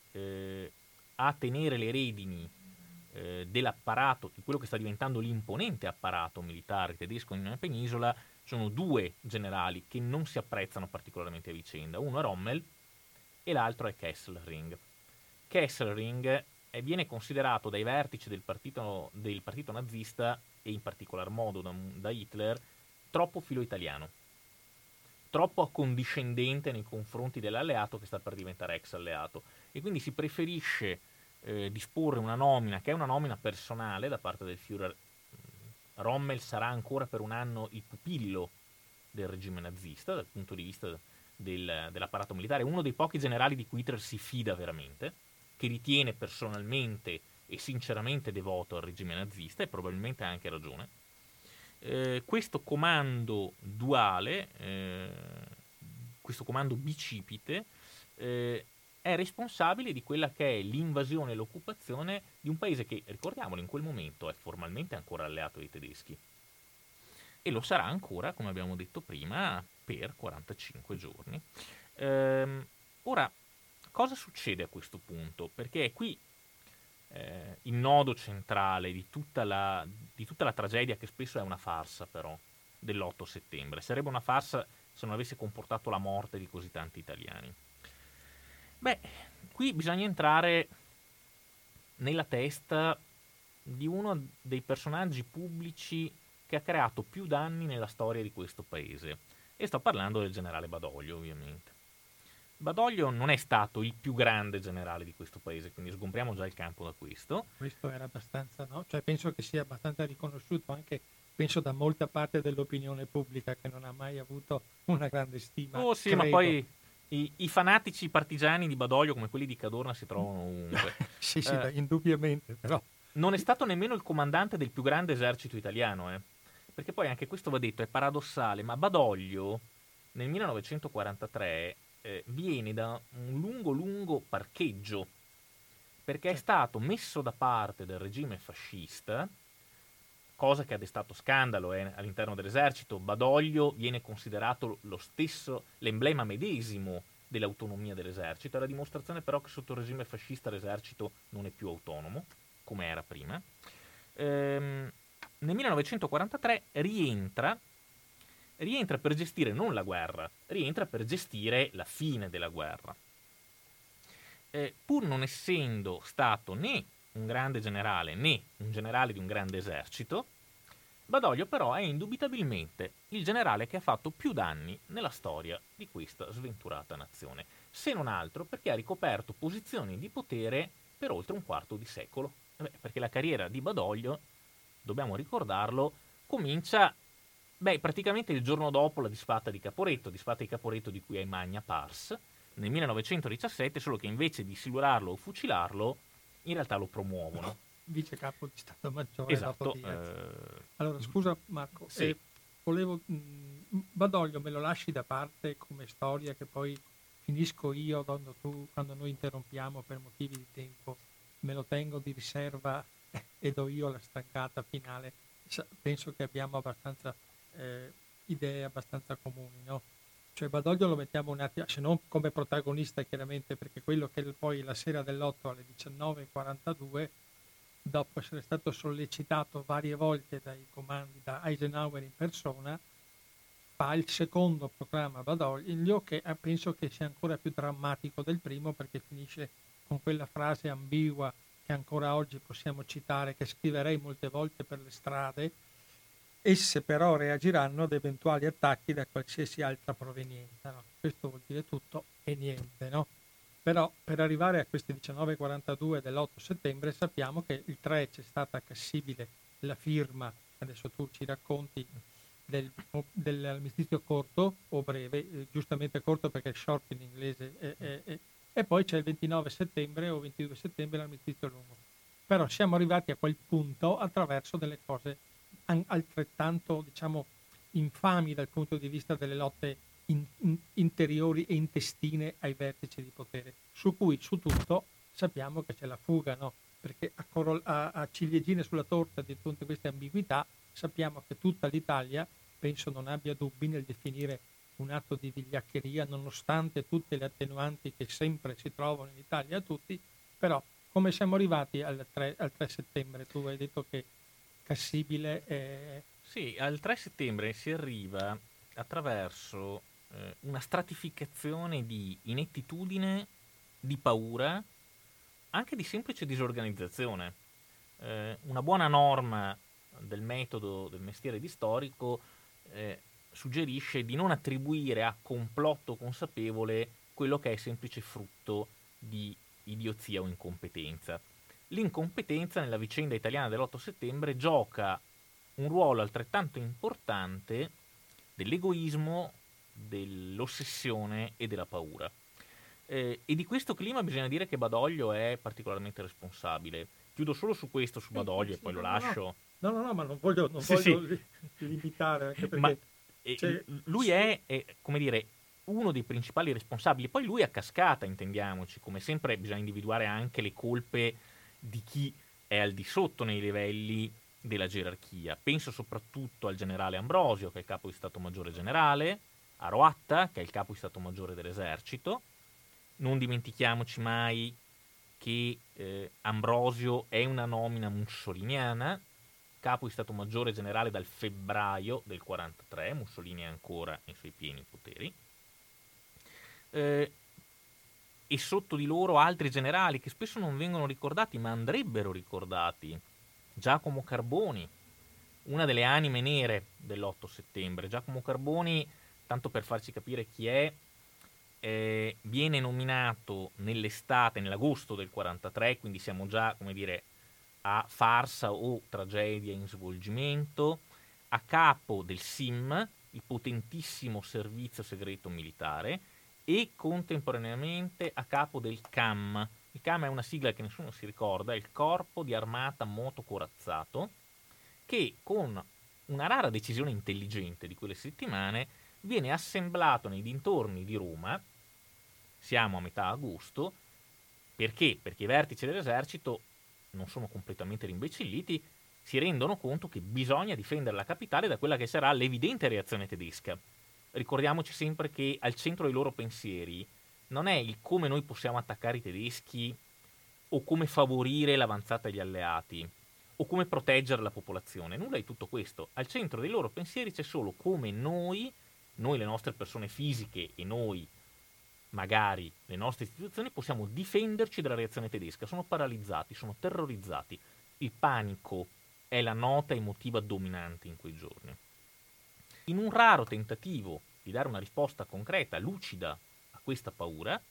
a tenere le redini dell'apparato, di quello che sta diventando l'imponente apparato militare tedesco in una penisola, sono 2 generali che non si apprezzano particolarmente a vicenda. Uno è Rommel e l'altro è Kesselring. Kesselring viene considerato dai vertici del partito nazista, e in particolar modo da Hitler, troppo filo italiano, troppo accondiscendente nei confronti dell'alleato che sta per diventare ex alleato, e quindi si preferisce disporre una nomina che è una nomina personale da parte del Führer. Rommel sarà ancora per un anno il pupillo del regime nazista dal punto di vista dell'apparato militare, uno dei pochi generali di cui Hitler si fida veramente, che ritiene personalmente e sinceramente devoto al regime nazista, e probabilmente ha anche ragione. Questo comando duale, questo comando bicipite, è responsabile di quella che è l'invasione e l'occupazione di un paese che, ricordiamolo, in quel momento è formalmente ancora alleato dei tedeschi. E lo sarà ancora, come abbiamo detto prima, per 45 giorni. Ora, cosa succede a questo punto? Perché è qui il nodo centrale di tutta la tragedia, che spesso è una farsa però, dell'8 settembre. Sarebbe una farsa se non avesse comportato la morte di così tanti italiani. Beh, qui bisogna entrare nella testa di uno dei personaggi pubblici che ha creato più danni nella storia di questo paese. E sto parlando del generale Badoglio, ovviamente. Badoglio non è stato il più grande generale di questo paese, quindi sgombriamo già il campo da questo. Questo era abbastanza, no? Cioè penso che sia abbastanza riconosciuto anche, penso, da molta parte dell'opinione pubblica, che non ha mai avuto una grande stima. Oh sì, credo. Ma poi i fanatici partigiani di Badoglio, come quelli di Cadorna, si trovano ovunque. sì, indubbiamente, però. Non è stato nemmeno il comandante del più grande esercito italiano, perché poi anche questo va detto, è paradossale, ma Badoglio nel 1943 viene da un lungo parcheggio, perché è stato messo da parte del regime fascista, cosa che ha destato scandalo all'interno dell'esercito. Badoglio viene considerato lo stesso, l'emblema medesimo dell'autonomia dell'esercito, è la dimostrazione però che sotto il regime fascista l'esercito non è più autonomo, come era prima. Nel 1943 rientra per gestire non la guerra, rientra per gestire la fine della guerra. Pur non essendo stato né un grande generale né un generale di un grande esercito, Badoglio però è indubitabilmente il generale che ha fatto più danni nella storia di questa sventurata nazione, se non altro perché ha ricoperto posizioni di potere per oltre un quarto di secolo. Perché la carriera di Badoglio, dobbiamo ricordarlo, comincia praticamente il giorno dopo la disfatta di Caporetto di cui è Magna Pars, nel 1917, solo che invece di silurarlo o fucilarlo, in realtà lo promuovono. Vice capo di Stato Maggiore Esatto. dopo Diaz. Allora, scusa Marco, sì. volevo Badoglio me lo lasci da parte come storia, che poi finisco io quando noi interrompiamo per motivi di tempo, me lo tengo di riserva e do io la stancata finale. Penso che abbiamo abbastanza idee abbastanza comuni, no? Cioè Badoglio lo mettiamo un attimo, se non come protagonista chiaramente, perché quello che poi la sera dell'8 alle 19:42, dopo essere stato sollecitato varie volte dai comandi da Eisenhower in persona, fa il secondo programma Badoglio, che penso che sia ancora più drammatico del primo, perché finisce con quella frase ambigua che ancora oggi possiamo citare, che scriverei molte volte per le strade: esse però reagiranno ad eventuali attacchi da qualsiasi altra provenienza. No? Questo vuol dire tutto e niente, no? Però per arrivare a questi 19:42 dell'8 settembre sappiamo che il 3 c'è stata a Cassibile la firma, adesso tu ci racconti, dell'armistizio corto o breve, giustamente corto perché short in inglese, e poi c'è il 29 settembre o 22 settembre l'armistizio lungo. Però siamo arrivati a quel punto attraverso delle cose altrettanto, diciamo, infami dal punto di vista delle lotte interiori e intestine ai vertici di potere, su tutto sappiamo che c'è la fuga, no? Perché a ciliegine sulla torta di tutte queste ambiguità sappiamo che tutta l'Italia, penso non abbia dubbi nel definire un atto di vigliaccheria, nonostante tutte le attenuanti che sempre si trovano in Italia a tutti. Però come siamo arrivati al 3 settembre? Tu hai detto che Cassibile è... Sì, al 3 settembre si arriva attraverso una stratificazione di inettitudine, di paura, anche di semplice disorganizzazione. Una buona norma del metodo del mestiere di storico suggerisce di non attribuire a complotto consapevole quello che è semplice frutto di idiozia o incompetenza. L'incompetenza nella vicenda italiana dell'8 settembre gioca un ruolo altrettanto importante dell'egoismo, dell'ossessione e della paura. E di questo clima bisogna dire che Badoglio è particolarmente responsabile. Chiudo solo su questo, su Badoglio, e poi lo lascio. No, ma non voglio limitare, anche perché... lui è, come dire, uno dei principali responsabili. Poi lui a cascata, intendiamoci, come sempre bisogna individuare anche le colpe di chi è al di sotto nei livelli della gerarchia. Penso soprattutto al generale Ambrosio, che è il capo di Stato Maggiore Generale, a Roatta, che è il capo di Stato Maggiore dell'Esercito. Non dimentichiamoci mai che Ambrosio è una nomina mussoliniana, capo di Stato Maggiore Generale dal febbraio del 43, Mussolini è ancora nei suoi pieni poteri, e sotto di loro altri generali che spesso non vengono ricordati ma andrebbero ricordati. Giacomo Carboni, una delle anime nere dell'8 settembre. Giacomo Carboni, tanto per farci capire chi è, viene nominato nell'agosto del 43, quindi siamo già, come dire, a farsa o tragedia in svolgimento, a capo del SIM, il potentissimo servizio segreto militare, e contemporaneamente a capo del CAM. Il CAM è una sigla che nessuno si ricorda, è il Corpo di Armata Motocorazzato, che con una rara decisione intelligente di quelle settimane viene assemblato nei dintorni di Roma. Siamo a metà agosto. Perché? Perché i vertici dell'esercito non sono completamente rimbecilliti, si rendono conto che bisogna difendere la capitale da quella che sarà l'evidente reazione tedesca. Ricordiamoci sempre che al centro dei loro pensieri non è il come noi possiamo attaccare i tedeschi o come favorire l'avanzata degli alleati o come proteggere la popolazione. Nulla di tutto questo. Al centro dei loro pensieri c'è solo come noi le nostre persone fisiche e noi magari le nostre istituzioni possiamo difenderci dalla reazione tedesca. Sono paralizzati, sono terrorizzati. Il panico è la nota emotiva dominante in quei giorni. In un raro tentativo di dare una risposta concreta, lucida a questa paura,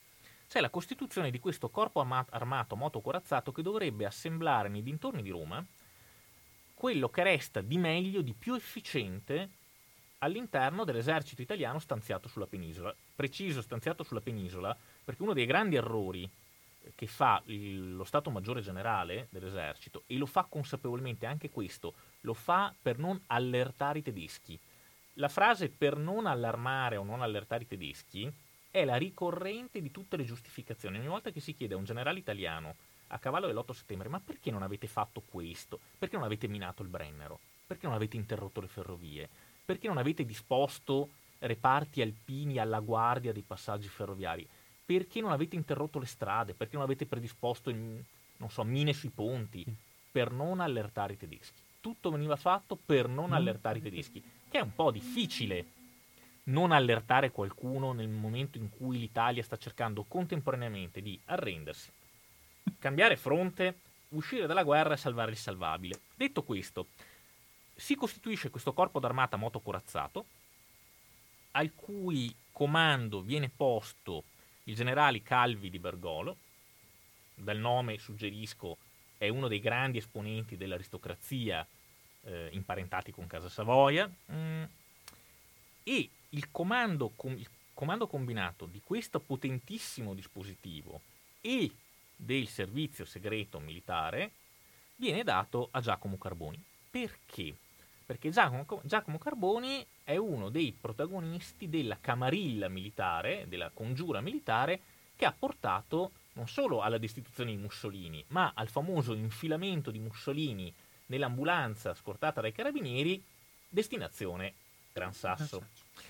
c'è la costituzione di questo corpo armato motocorazzato che dovrebbe assemblare nei dintorni di Roma quello che resta di meglio, di più efficiente all'interno dell'esercito italiano stanziato sulla penisola. Preciso, stanziato sulla penisola, perché uno dei grandi errori che fa lo Stato Maggiore Generale dell'esercito, e lo fa consapevolmente anche questo, lo fa per non allertare i tedeschi. La frase per non allarmare o non allertare i tedeschi è la ricorrente di tutte le giustificazioni. Ogni volta che si chiede a un generale italiano a cavallo dell'8 settembre ma perché non avete fatto questo? Perché non avete minato il Brennero? Perché non avete interrotto le ferrovie? Perché non avete disposto reparti alpini alla guardia dei passaggi ferroviari? Perché non avete interrotto le strade? Perché non avete predisposto, non so, mine sui ponti? Per non allertare i tedeschi. Tutto veniva fatto per non allertare i tedeschi, che è un po' difficile non allertare qualcuno nel momento in cui l'Italia sta cercando contemporaneamente di arrendersi, cambiare fronte, uscire dalla guerra e salvare il salvabile. Detto questo, si costituisce questo corpo d'armata motocorazzato, al cui comando viene posto il generale Calvi di Bergolo. Dal nome suggerisco è uno dei grandi esponenti dell'aristocrazia imparentati con Casa Savoia, e il comando combinato di questo potentissimo dispositivo e del servizio segreto militare viene dato a Giacomo Carboni. Perché? Perché Giacomo Carboni è uno dei protagonisti della camarilla militare, della congiura militare, che ha portato non solo alla destituzione di Mussolini, ma al famoso infilamento di Mussolini nell'ambulanza scortata dai carabinieri, destinazione Gran Sasso.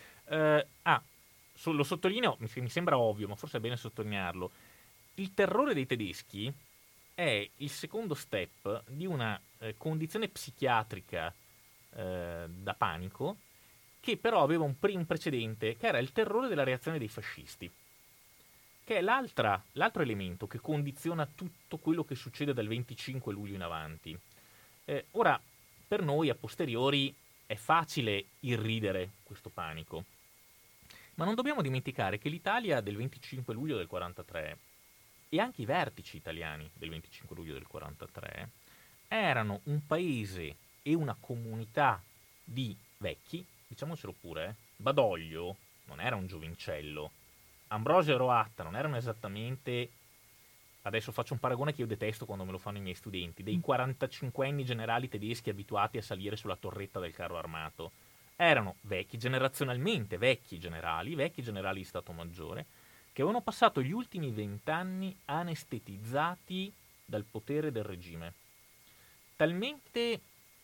Lo sottolineo, mi sembra ovvio, ma forse è bene sottolinearlo. Il terrore dei tedeschi è il secondo step di una condizione psichiatrica da panico, che però aveva un precedente, che era il terrore della reazione dei fascisti, che è l'altro elemento che condiziona tutto quello che succede dal 25 luglio in avanti. Ora, per noi a posteriori è facile irridere questo panico, ma non dobbiamo dimenticare che l'Italia del 25 luglio del 43 e anche i vertici italiani del 25 luglio del 43 erano un paese e una comunità di vecchi, diciamocelo pure, Badoglio non era un giovincello, Ambrosio e Roatta non erano esattamente, adesso faccio un paragone che io detesto quando me lo fanno i miei studenti, dei 45enni generali tedeschi abituati a salire sulla torretta del carro armato. Erano vecchi, generazionalmente vecchi generali di Stato Maggiore, che avevano passato gli ultimi 20 anni anestetizzati dal potere del regime, talmente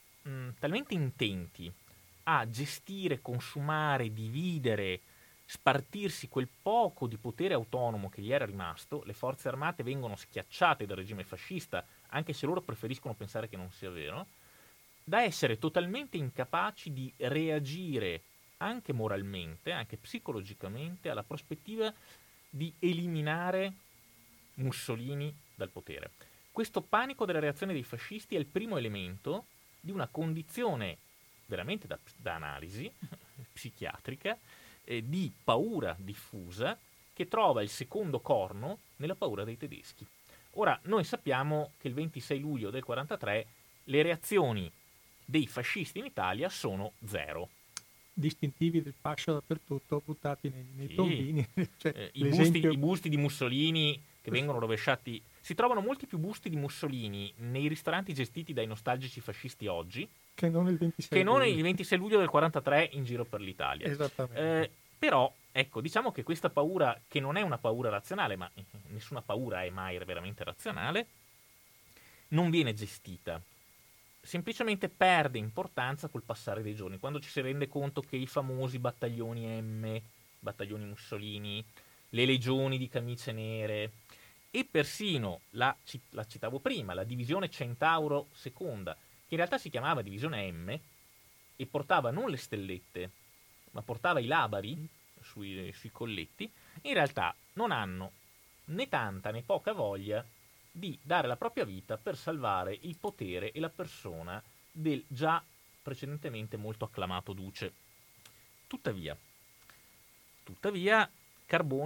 intenti a gestire, consumare, dividere, spartirsi quel poco di potere autonomo che gli era rimasto. Le forze armate vengono schiacciate dal regime fascista, anche se loro preferiscono pensare che non sia vero, da essere totalmente incapaci di reagire anche moralmente, anche psicologicamente, alla prospettiva di eliminare Mussolini dal potere. Questo panico della reazione dei fascisti è il primo elemento di una condizione veramente da analisi psichiatrica, di paura diffusa, che trova il secondo corno nella paura dei tedeschi. Ora, noi sappiamo che il 26 luglio del 43 le reazioni dei fascisti in Italia sono zero. Distintivi del fascio dappertutto, buttati nei Sì. tombini. Cioè, I busti di Mussolini che vengono rovesciati. Si trovano molti più busti di Mussolini nei ristoranti gestiti dai nostalgici fascisti oggi che non il 26 che non luglio. il 26 luglio del 43 in giro per l'Italia. Esattamente. Però, ecco, diciamo che questa paura, che non è una paura razionale, ma nessuna paura è mai veramente razionale, non viene gestita. Semplicemente perde importanza col passare dei giorni, quando ci si rende conto che i famosi battaglioni M, battaglioni Mussolini, le legioni di camicie nere e persino la citavo prima, la divisione Centauro seconda, che in realtà si chiamava divisione M e portava non le stellette, ma portava i labari sui colletti, in realtà non hanno né tanta né poca voglia di dare la propria vita per salvare il potere e la persona del già precedentemente molto acclamato duce. Tuttavia, Carboni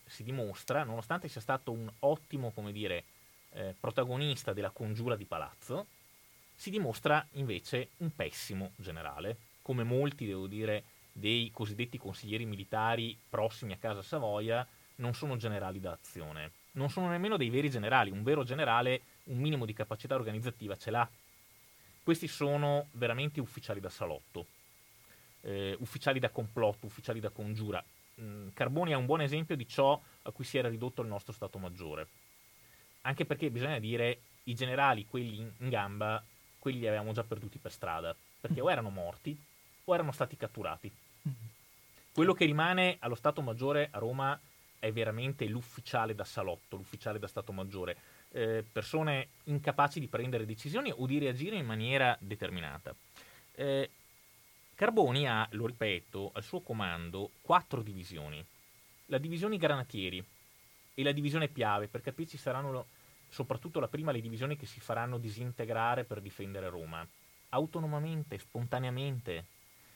si dimostra, nonostante sia stato un ottimo, come dire, protagonista della congiura di palazzo, si dimostra invece un pessimo generale, come molti, devo dire, dei cosiddetti consiglieri militari prossimi a Casa Savoia non sono generali da azione, non sono nemmeno dei veri generali. Un vero generale un minimo di capacità organizzativa ce l'ha. Questi sono veramente ufficiali da salotto, ufficiali da complotto, ufficiali da congiura. Carboni è un buon esempio di ciò a cui si era ridotto il nostro Stato Maggiore. Anche perché bisogna dire, i generali, quelli in gamba, quelli li avevamo già perduti per strada, perché o erano morti o erano stati catturati. Quello che rimane allo Stato Maggiore a Roma è veramente l'ufficiale da salotto, l'ufficiale da Stato Maggiore. Persone incapaci di prendere decisioni o di reagire in maniera determinata. Carboni ha, lo ripeto, al suo comando 4 divisioni. La divisione Granatieri e la divisione Piave, per capirci saranno soprattutto la prima le divisioni che si faranno disintegrare per difendere Roma, autonomamente, spontaneamente.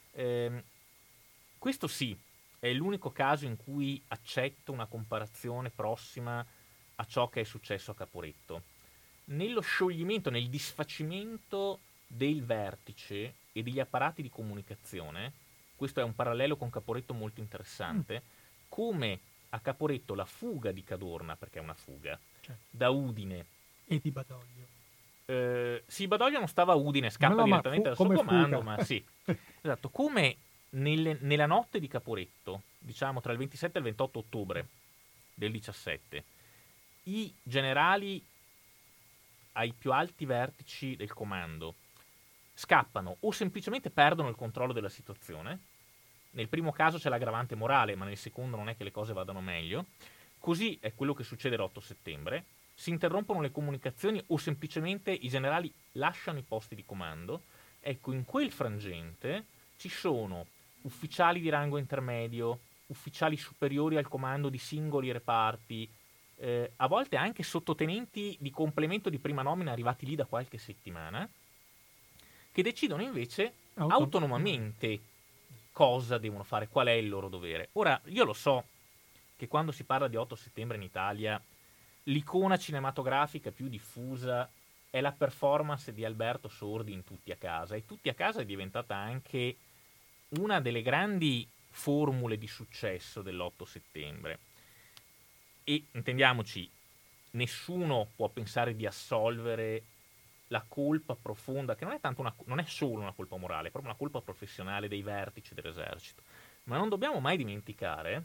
Questo sì, è l'unico caso in cui accetto una comparazione prossima a ciò che è successo a Caporetto. Nello scioglimento, nel disfacimento del vertice e degli apparati di comunicazione, questo è un parallelo con Caporetto molto interessante, come a Caporetto la fuga di Cadorna, perché è una fuga, da Udine. E di Badoglio. Sì, Badoglio non stava a Udine, scappa direttamente dal suo comando, fuga. ma sì. Esatto, come nella notte di Caporetto, diciamo tra il 27 e il 28 ottobre del 17, i generali ai più alti vertici del comando scappano o semplicemente perdono il controllo della situazione. Nel primo caso c'è l'aggravante morale, ma nel secondo non è che le cose vadano meglio. Così è quello che succede l'8 settembre. Si interrompono le comunicazioni o semplicemente i generali lasciano i posti di comando. Ecco, in quel frangente ci sono ufficiali di rango intermedio, ufficiali superiori al comando di singoli reparti, a volte anche sottotenenti di complemento di prima nomina arrivati lì da qualche settimana, che decidono invece autonomamente cosa devono fare, qual è il loro dovere. Ora, io lo so che quando si parla di 8 settembre in Italia, l'icona cinematografica più diffusa è la performance di Alberto Sordi in Tutti a casa, e Tutti a casa è diventata anche una delle grandi formule di successo dell'8 settembre. E intendiamoci, nessuno può pensare di assolvere la colpa profonda, che non è tanto non è solo una colpa morale, è proprio una colpa professionale dei vertici dell'esercito. Ma non dobbiamo mai dimenticare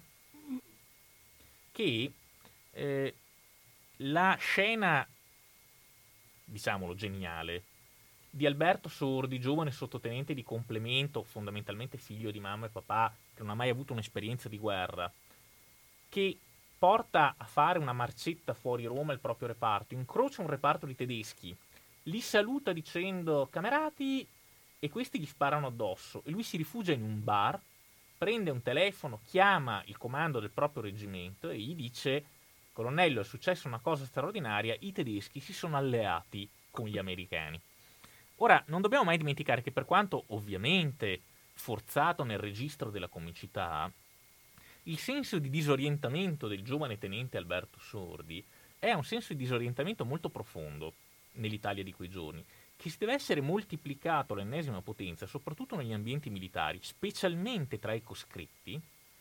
che la scena, diciamolo, geniale, di Alberto Sordi, giovane sottotenente di complemento, fondamentalmente figlio di mamma e papà, che non ha mai avuto un'esperienza di guerra, che porta a fare una marcetta fuori Roma il proprio reparto, incrocia un reparto di tedeschi, li saluta dicendo camerati, e questi gli sparano addosso, e lui si rifugia in un bar, prende un telefono, chiama il comando del proprio reggimento e gli dice: colonnello, è successa una cosa straordinaria, i tedeschi si sono alleati con gli americani. Ora, non dobbiamo mai dimenticare che, per quanto ovviamente forzato nel registro della comicità, il senso di disorientamento del giovane tenente Alberto Sordi è un senso di disorientamento molto profondo nell'Italia di quei giorni, che si deve essere moltiplicato all'ennesima potenza, soprattutto negli ambienti militari, specialmente tra i coscritti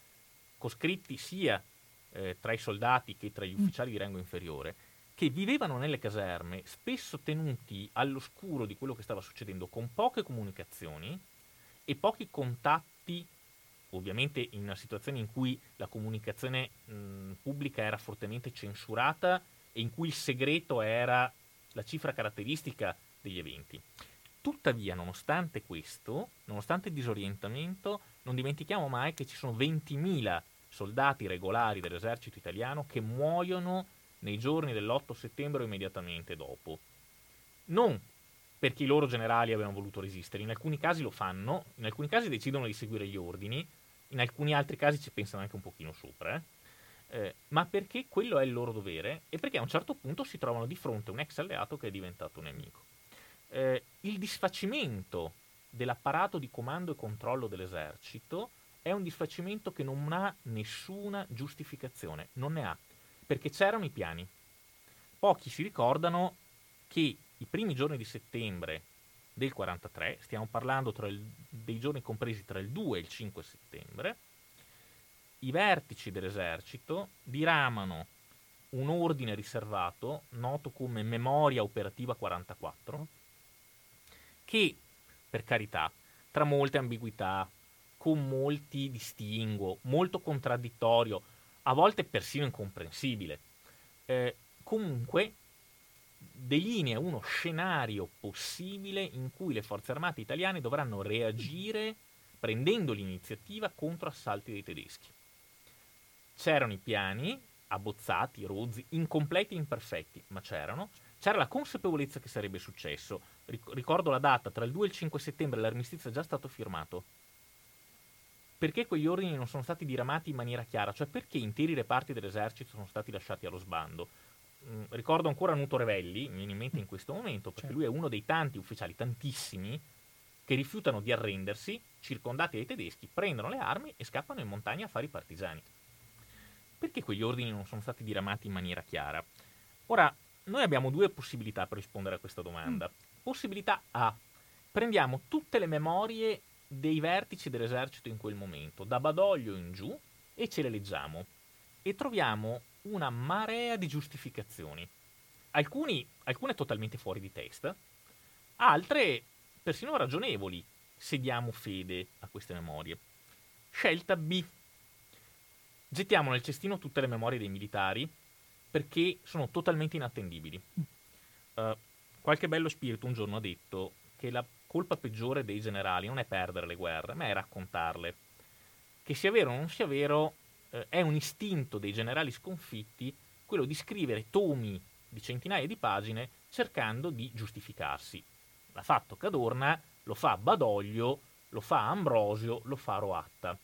sia tra i soldati che tra gli ufficiali di rango inferiore, che vivevano nelle caserme, spesso tenuti all'oscuro di quello che stava succedendo, con poche comunicazioni e pochi contatti, ovviamente in una situazione in cui la comunicazione pubblica era fortemente censurata e in cui il segreto era la cifra caratteristica degli eventi. Tuttavia, nonostante questo, nonostante il disorientamento, non dimentichiamo mai che ci sono 20.000 soldati regolari dell'esercito italiano che muoiono nei giorni dell'8 settembre o immediatamente dopo. Non perché i loro generali avevano voluto resistere, in alcuni casi lo fanno, in alcuni casi decidono di seguire gli ordini, in alcuni altri casi ci pensano anche un pochino sopra, ma perché quello è il loro dovere e perché a un certo punto si trovano di fronte a un ex alleato che è diventato un nemico. Il disfacimento dell'apparato di comando e controllo dell'esercito è un disfacimento che non ha nessuna giustificazione, non ne ha, perché c'erano i piani. Pochi si ricordano che i primi giorni di settembre del 43, stiamo parlando dei giorni compresi tra il 2 e il 5 settembre, i vertici dell'esercito diramano un ordine riservato, noto come Memoria Operativa 44, che, per carità, tra molte ambiguità, con molti distinguo, molto contraddittorio, a volte persino incomprensibile, comunque delinea uno scenario possibile in cui le forze armate italiane dovranno reagire prendendo l'iniziativa contro assalti dei tedeschi. C'erano i piani, abbozzati, rozzi, incompleti e imperfetti, ma c'erano. C'era la consapevolezza che sarebbe successo. Ricordo la data, tra il 2 e il 5 settembre l'armistizio è già stato firmato. Perché quegli ordini non sono stati diramati in maniera chiara? Cioè perché interi reparti dell'esercito sono stati lasciati allo sbando? Ricordo ancora Nuto Revelli, mi viene in mente in questo momento, perché lui è uno dei tanti ufficiali, tantissimi, che rifiutano di arrendersi, circondati dai tedeschi, prendono le armi e scappano in montagna a fare i partigiani. Perché quegli ordini non sono stati diramati in maniera chiara? Ora, noi abbiamo due possibilità per rispondere a questa domanda. Possibilità A: prendiamo tutte le memorie dei vertici dell'esercito in quel momento, da Badoglio in giù, e ce le leggiamo. E troviamo una marea di giustificazioni. Alcune totalmente fuori di testa, altre persino ragionevoli, se diamo fede a queste memorie. Scelta B: gettiamo nel cestino tutte le memorie dei militari perché sono totalmente inattendibili. Qualche bello spirito un giorno ha detto che la colpa peggiore dei generali non è perdere le guerre, ma è raccontarle. Che sia vero o non sia vero, è un istinto dei generali sconfitti quello di scrivere tomi di centinaia di pagine cercando di giustificarsi. L'ha fatto Cadorna, lo fa Badoglio, lo fa Ambrosio, lo fa Roatta.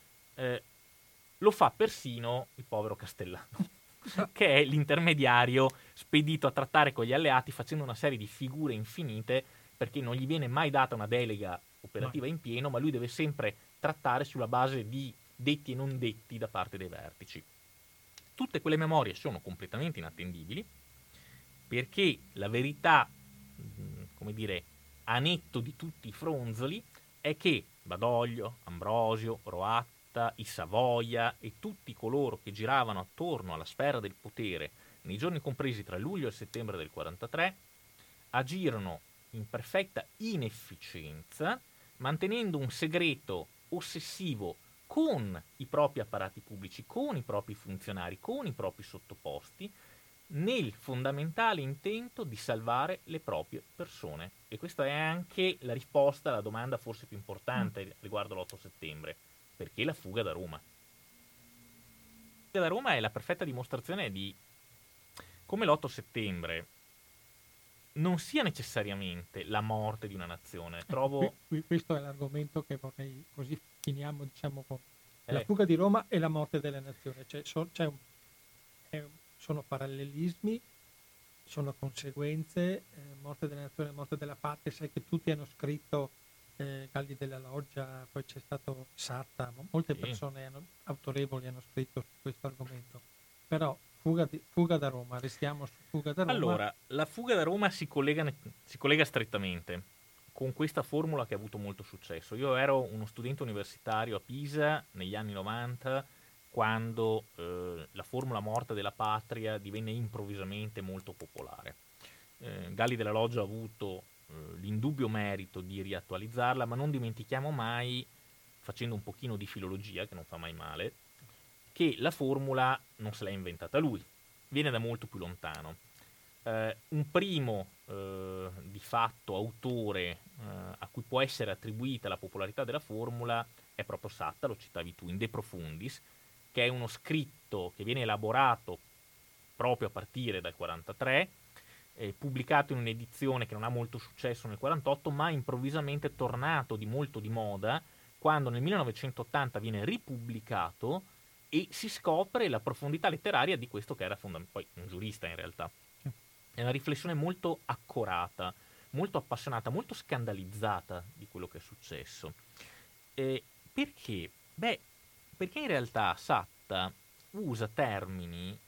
Lo fa persino il povero Castellano, che è l'intermediario spedito a trattare con gli alleati facendo una serie di figure infinite perché non gli viene mai data una delega operativa in pieno, ma lui deve sempre trattare sulla base di detti e non detti da parte dei vertici. Tutte quelle memorie sono completamente inattendibili perché la verità, come dire, a netto di tutti i fronzoli, è che Badoglio, Ambrosio, Roatta, i Savoia e tutti coloro che giravano attorno alla sfera del potere nei giorni compresi tra luglio e settembre del 43 agirono in perfetta inefficienza, mantenendo un segreto ossessivo con i propri apparati pubblici, con i propri funzionari, con i propri sottoposti, nel fondamentale intento di salvare le proprie persone. E questa è anche la risposta alla domanda forse più importante riguardo l'8 settembre. Perché la fuga da Roma? La fuga da Roma è la perfetta dimostrazione di come l'8 settembre non sia necessariamente la morte di una nazione. Trovo... Questo è l'argomento che vorrei, così finiamo, diciamo, con la fuga di Roma e la morte della nazione. Cioè, sono parallelismi, sono conseguenze, morte della nazione, morte della patria. Sai che tutti hanno scritto, Galli della Loggia, poi c'è stato Satta, molte persone autorevoli hanno scritto su questo argomento. Però fuga da Roma, restiamo su fuga da Roma. Allora, la fuga da Roma si collega strettamente con questa formula che ha avuto molto successo. Io ero uno studente universitario a Pisa negli anni 90, quando la formula morte della patria divenne improvvisamente molto popolare. Galli della Loggia ha avuto l'indubbio merito di riattualizzarla, ma non dimentichiamo mai, facendo un pochino di filologia, che non fa mai male, che la formula non se l'ha inventata lui, viene da molto più lontano. Un primo di fatto autore a cui può essere attribuita la popolarità della formula è proprio Satta, lo citavi tu, in De Profundis, che è uno scritto che viene elaborato proprio a partire dal 43, pubblicato in un'edizione che non ha molto successo nel 48, ma improvvisamente tornato di molto di moda quando nel 1980 viene ripubblicato e si scopre la profondità letteraria di questo che era poi un giurista in realtà. È una riflessione molto accorata, molto appassionata, molto scandalizzata di quello che è successo. Perché Beh, perché in realtà Satta usa termini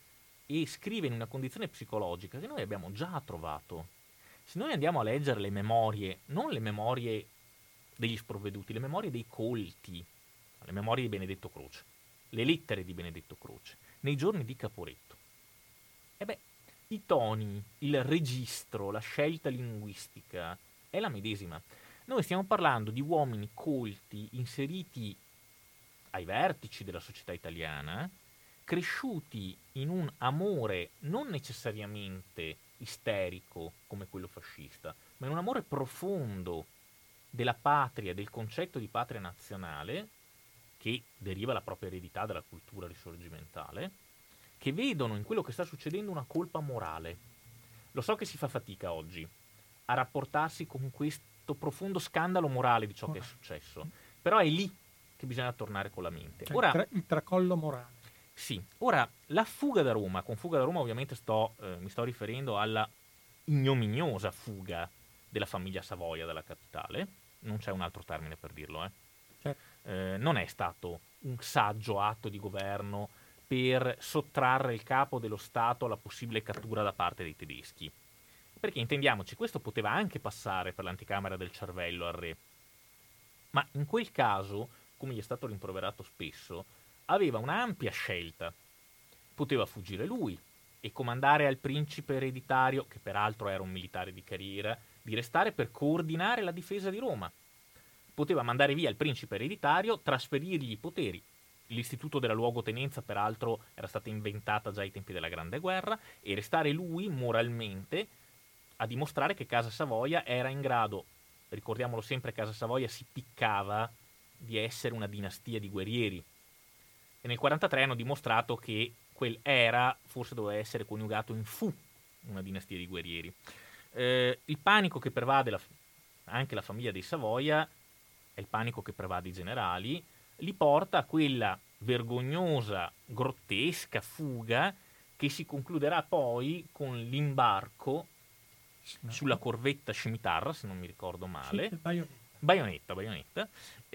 e scrive in una condizione psicologica che noi abbiamo già trovato. Se noi andiamo a leggere le memorie, non le memorie degli sprovveduti, le memorie dei colti, le memorie di Benedetto Croce, le lettere di Benedetto Croce, nei giorni di Caporetto, e beh, i toni, il registro, la scelta linguistica è la medesima. Noi stiamo parlando di uomini colti, inseriti ai vertici della società italiana, cresciuti in un amore non necessariamente isterico come quello fascista, ma in un amore profondo della patria, del concetto di patria nazionale, che deriva dalla propria eredità dalla cultura risorgimentale, che vedono in quello che sta succedendo una colpa morale. Lo so che si fa fatica oggi a rapportarsi con questo profondo scandalo morale di ciò che è successo, però è lì che bisogna tornare con la mente. Cioè, Ora, il tracollo morale. sì, ora la fuga da Roma, con fuga da Roma ovviamente mi sto riferendo alla ignominiosa fuga della famiglia Savoia dalla capitale, non c'è un altro termine per dirlo, Certo. Non è stato un saggio atto di governo per sottrarre il capo dello Stato alla possibile cattura da parte dei tedeschi. Perché intendiamoci, questo poteva anche passare per l'anticamera del cervello al re, ma in quel caso, come gli è stato rimproverato spesso, aveva un'ampia scelta. Poteva fuggire lui e comandare al principe ereditario, che peraltro era un militare di carriera, di restare per coordinare la difesa di Roma. Poteva mandare via il principe ereditario, trasferirgli i poteri. L'istituto della luogotenenza, peraltro, era stata inventata già ai tempi della Grande Guerra, e restare lui moralmente a dimostrare che Casa Savoia era in grado, ricordiamolo sempre, Casa Savoia si piccava di essere una dinastia di guerrieri. E nel 1943 hanno dimostrato che quel era, forse doveva essere coniugato in fu, una dinastia di guerrieri. Il panico che pervade anche la famiglia dei Savoia, è il panico che pervade i generali, li porta a quella vergognosa, grottesca fuga che si concluderà poi con l'imbarco sulla corvetta Scimitarra, se non mi ricordo male. Sì, Baionetta.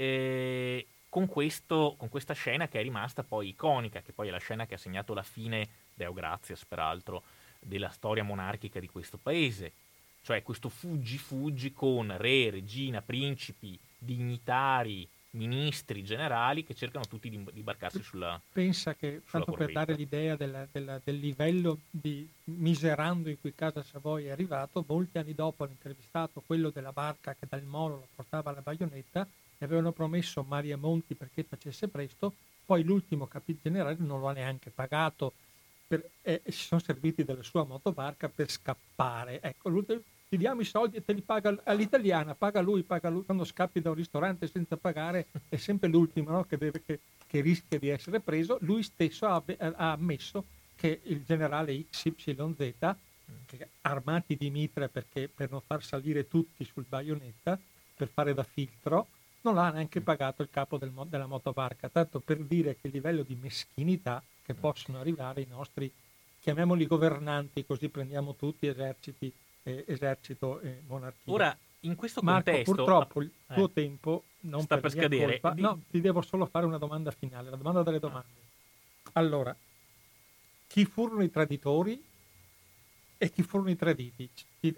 Con questa scena che è rimasta poi iconica, che poi è la scena che ha segnato la fine, Deo gratias peraltro, della storia monarchica di questo paese. Cioè questo fuggi con re, regina, principi, dignitari, ministri, generali che cercano tutti di imbarcarsi sulla Pensa che, sulla tanto per dare corvetta. l'idea del livello di miserando in cui Casa Savoia è arrivato, molti anni dopo hanno intervistato quello della barca che dal molo lo portava alla Baionetta, e avevano promesso Maria Monti perché facesse presto, poi l'ultimo generale non lo ha neanche pagato, e si sono serviti della sua motobarca per scappare. Ecco, ti diamo i soldi e te li paga all'italiana, paga lui. Quando scappi da un ristorante senza pagare è sempre l'ultimo, no? che rischia di essere preso. Lui stesso ha ammesso che il generale XYZ, che armati di mitra perché per non far salire tutti sul Baionetta, per fare da filtro, non l'ha neanche pagato il capo della motobarca, tanto per dire che il livello di meschinità che possono arrivare i nostri, chiamiamoli governanti, così prendiamo tutti esercito e monarchia. Ora, in questo Marco, contesto, purtroppo il tuo tempo, non sta per per mia scadere. colpa, no, ti devo solo fare una domanda finale, la domanda delle domande. Allora, chi furono i traditori e chi furono i traditi?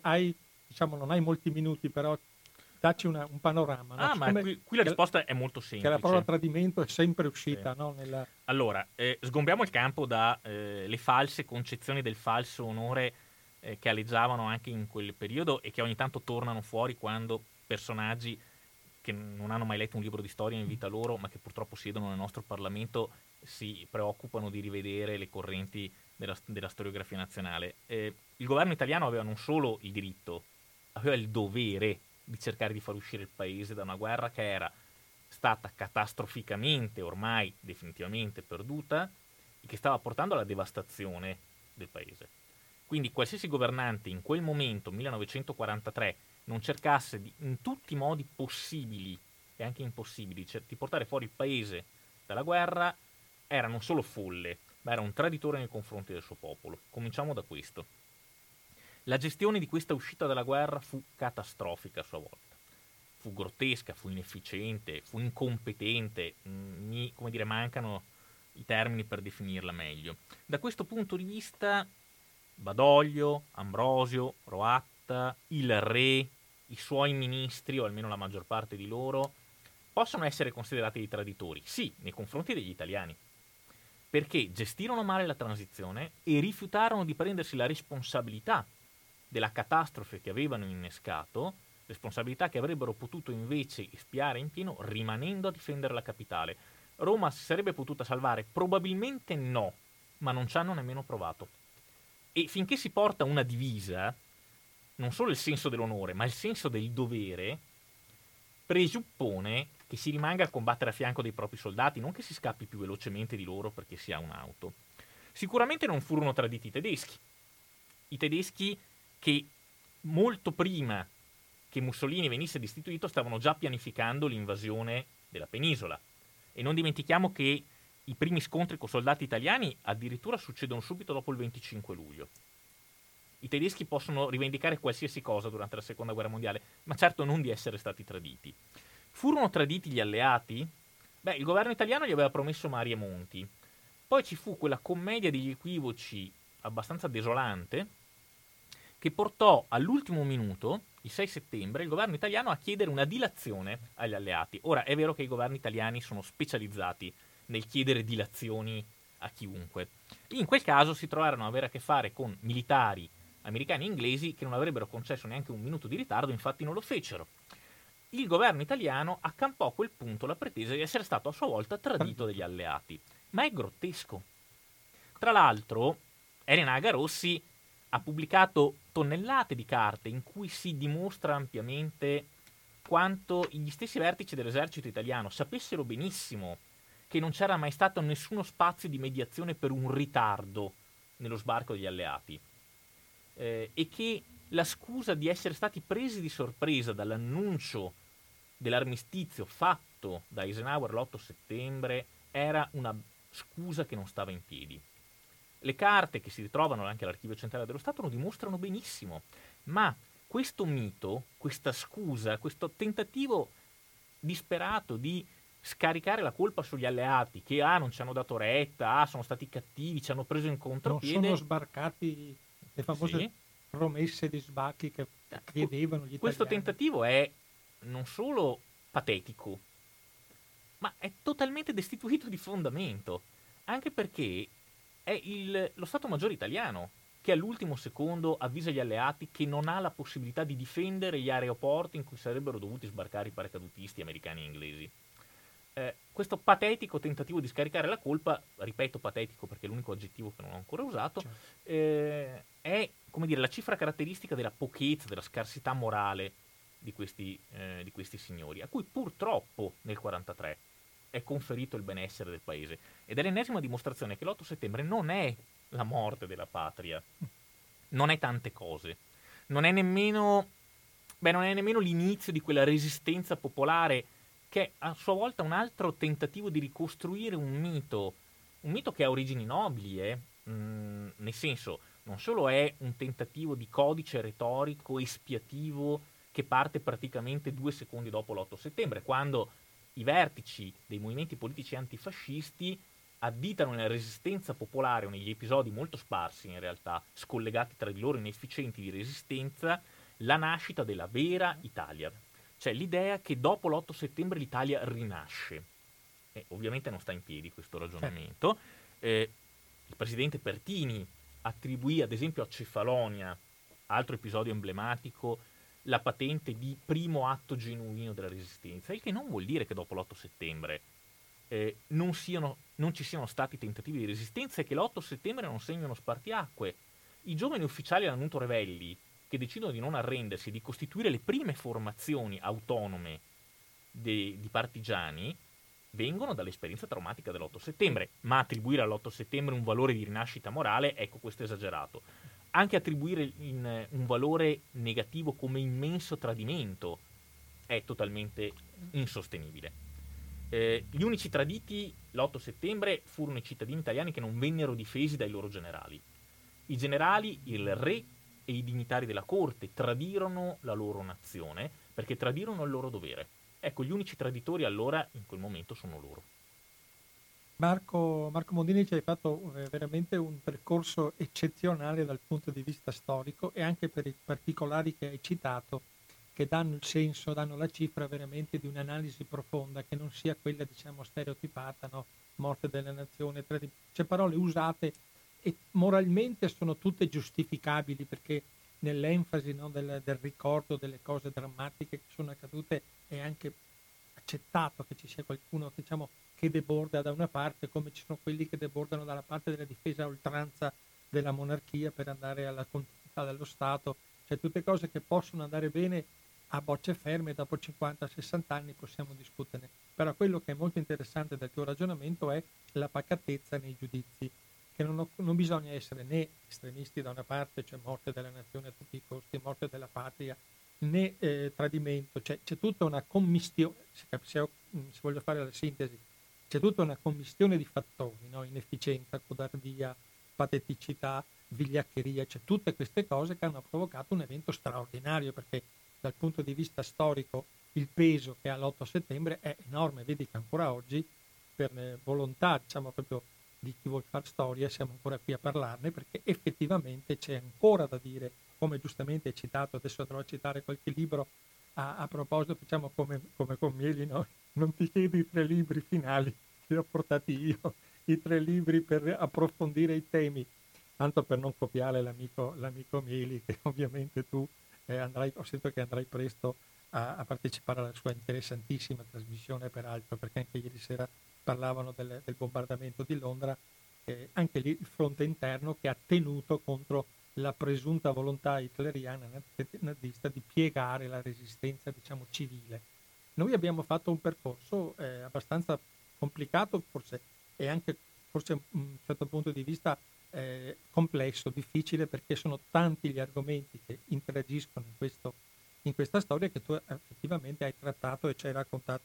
Non hai molti minuti, però dacci un panorama. No? Ma qui la risposta è molto semplice. Che la parola tradimento è sempre uscita, sì. No? Allora, sgombriamo il campo da le false concezioni del falso onore che aleggiavano anche in quel periodo e che ogni tanto tornano fuori quando personaggi che non hanno mai letto un libro di storia in vita loro, ma che purtroppo siedono nel nostro Parlamento, si preoccupano di rivedere le correnti della storiografia nazionale. Il governo italiano aveva non solo il diritto, aveva il dovere di cercare di far uscire il paese da una guerra che era stata catastroficamente, ormai definitivamente perduta, e che stava portando alla devastazione del paese. Quindi qualsiasi governante in quel momento, 1943, non cercasse in tutti i modi possibili e anche impossibili di portare fuori il paese dalla guerra, era non solo folle, ma era un traditore nei confronti del suo popolo. Cominciamo da questo. La gestione di questa uscita dalla guerra fu catastrofica a sua volta. fu grottesca, fu inefficiente, fu incompetente, mancano i termini per definirla meglio. Da questo punto di vista Badoglio, Ambrosio, Roatta, il re, i suoi ministri, o almeno la maggior parte di loro, possono essere considerati dei traditori, sì, nei confronti degli italiani, perché gestirono male la transizione e rifiutarono di prendersi la responsabilità della catastrofe che avevano innescato, responsabilità che avrebbero potuto invece espiare in pieno rimanendo a difendere la capitale. Roma si sarebbe potuta salvare? Probabilmente no, ma non ci hanno nemmeno provato. E finché si porta una divisa, non solo il senso dell'onore, ma il senso del dovere, presuppone che si rimanga a combattere a fianco dei propri soldati, non che si scappi più velocemente di loro perché si ha un'auto. Sicuramente non furono traditi i tedeschi. I tedeschi che molto prima che Mussolini venisse destituito stavano già pianificando l'invasione della penisola. E non dimentichiamo che i primi scontri con soldati italiani addirittura succedono subito dopo il 25 luglio. I tedeschi possono rivendicare qualsiasi cosa durante la seconda guerra mondiale, ma certo non di essere stati traditi. Furono traditi gli alleati? Beh, il governo italiano gli aveva promesso mari e monti. Poi ci fu quella commedia degli equivoci abbastanza desolante che portò all'ultimo minuto, il 6 settembre, il governo italiano a chiedere una dilazione agli alleati. Ora, è vero che i governi italiani sono specializzati nel chiedere dilazioni a chiunque. In quel caso si trovarono ad avere a che fare con militari americani e inglesi che non avrebbero concesso neanche un minuto di ritardo, infatti non lo fecero. Il governo italiano accampò a quel punto la pretesa di essere stato a sua volta tradito dagli alleati. Ma è grottesco. Tra l'altro, Elena Agarossi ha pubblicato tonnellate di carte in cui si dimostra ampiamente quanto gli stessi vertici dell'esercito italiano sapessero benissimo che non c'era mai stato nessuno spazio di mediazione per un ritardo nello sbarco degli alleati e che la scusa di essere stati presi di sorpresa dall'annuncio dell'armistizio fatto da Eisenhower l'8 settembre era una scusa che non stava in piedi. Le carte che si ritrovano anche all'Archivio Centrale dello Stato lo dimostrano benissimo, ma questo mito, questa scusa, questo tentativo disperato di scaricare la colpa sugli alleati che non ci hanno dato retta, sono stati cattivi, ci hanno preso in contropiede. Non sono sbarcati le famose promesse di sbarchi che chiedevano gli italiani. Questo tentativo è non solo patetico, ma è totalmente destituito di fondamento, anche perché è lo Stato Maggiore italiano che all'ultimo secondo avvisa gli alleati che non ha la possibilità di difendere gli aeroporti in cui sarebbero dovuti sbarcare i paracadutisti americani e inglesi. Questo patetico tentativo di scaricare la colpa, ripeto patetico perché è l'unico aggettivo che non ho ancora usato, è come dire la cifra caratteristica della pochezza, della scarsità morale di questi signori, a cui purtroppo nel 1943 è conferito il benessere del paese. Ed è l'ennesima dimostrazione che l'8 settembre non è la morte della patria, non è tante cose, non è nemmeno l'inizio di quella resistenza popolare che è a sua volta un altro tentativo di ricostruire un mito che ha origini nobili, nel senso, non solo è un tentativo di codice retorico espiativo che parte praticamente 2 secondi dopo l'8 settembre, quando i vertici dei movimenti politici antifascisti additano nella resistenza popolare o negli episodi molto sparsi in realtà, scollegati tra di loro inefficienti di resistenza, la nascita della vera Italia. Cioè l'idea che dopo l'8 settembre l'Italia rinasce. Ovviamente non sta in piedi questo ragionamento. Il presidente Pertini attribuì ad esempio a Cefalonia, altro episodio emblematico, la patente di primo atto genuino della resistenza, il che non vuol dire che dopo l'8 settembre non ci siano stati tentativi di resistenza e che l'8 settembre non segni uno spartiacque. I giovani ufficiali dell'Annuto Revelli, che decidono di non arrendersi e di costituire le prime formazioni autonome di partigiani, vengono dall'esperienza traumatica dell'8 settembre, ma attribuire all'8 settembre un valore di rinascita morale, ecco, questo è esagerato. Anche attribuire un valore negativo come immenso tradimento è totalmente insostenibile. Gli unici traditi l'8 settembre furono i cittadini italiani che non vennero difesi dai loro generali. I generali, il re e i dignitari della corte tradirono la loro nazione perché tradirono il loro dovere. Ecco, gli unici traditori allora, in quel momento, sono loro. Marco Mondini, ci hai fatto veramente un percorso eccezionale dal punto di vista storico e anche per i particolari che hai citato, che danno il senso, danno la cifra veramente di un'analisi profonda, che non sia quella, diciamo, stereotipata, no? Morte della nazione, cioè parole usate e moralmente sono tutte giustificabili, perché nell'enfasi, no, del ricordo delle cose drammatiche che sono accadute è anche accettato che ci sia qualcuno, diciamo, che deborda da una parte, come ci sono quelli che debordano dalla parte della difesa a oltranza della monarchia per andare alla continuità dello Stato, cioè tutte cose che possono andare bene a bocce ferme, dopo 50-60 anni possiamo discuterne. Però quello che è molto interessante del tuo ragionamento è la pacatezza nei giudizi, che non bisogna essere né estremisti da una parte, cioè morte della nazione a tutti i costi, morte della patria, né tradimento, cioè c'è tutta una commistione, se voglio fare la sintesi, c'è tutta una commistione di fattori, no? Inefficienza, codardia, pateticità, vigliaccheria, cioè tutte queste cose che hanno provocato un evento straordinario, perché dal punto di vista storico il peso che ha l'8 settembre è enorme. Vedi che ancora oggi, per volontà, diciamo, proprio di chi vuol fare storia, siamo ancora qui a parlarne, perché effettivamente c'è ancora da dire, come giustamente hai citato. Adesso andrò a citare qualche libro a proposito, diciamo, come con Mieli, no? Non ti chiedi i 3 libri finali, li ho portati io, i 3 libri per approfondire i temi, tanto per non copiare l'amico Mieli, che ovviamente tu ho sentito che andrai presto a partecipare alla sua interessantissima trasmissione, peraltro, perché anche ieri sera parlavano del bombardamento di Londra, anche lì il fronte interno che ha tenuto contro la presunta volontà hitleriana nazista di piegare la resistenza, diciamo, civile. Noi abbiamo fatto un percorso abbastanza complicato, forse, e anche forse da un certo punto di vista complesso, difficile, perché sono tanti gli argomenti che interagiscono in questa storia, che tu effettivamente hai trattato e ci hai raccontato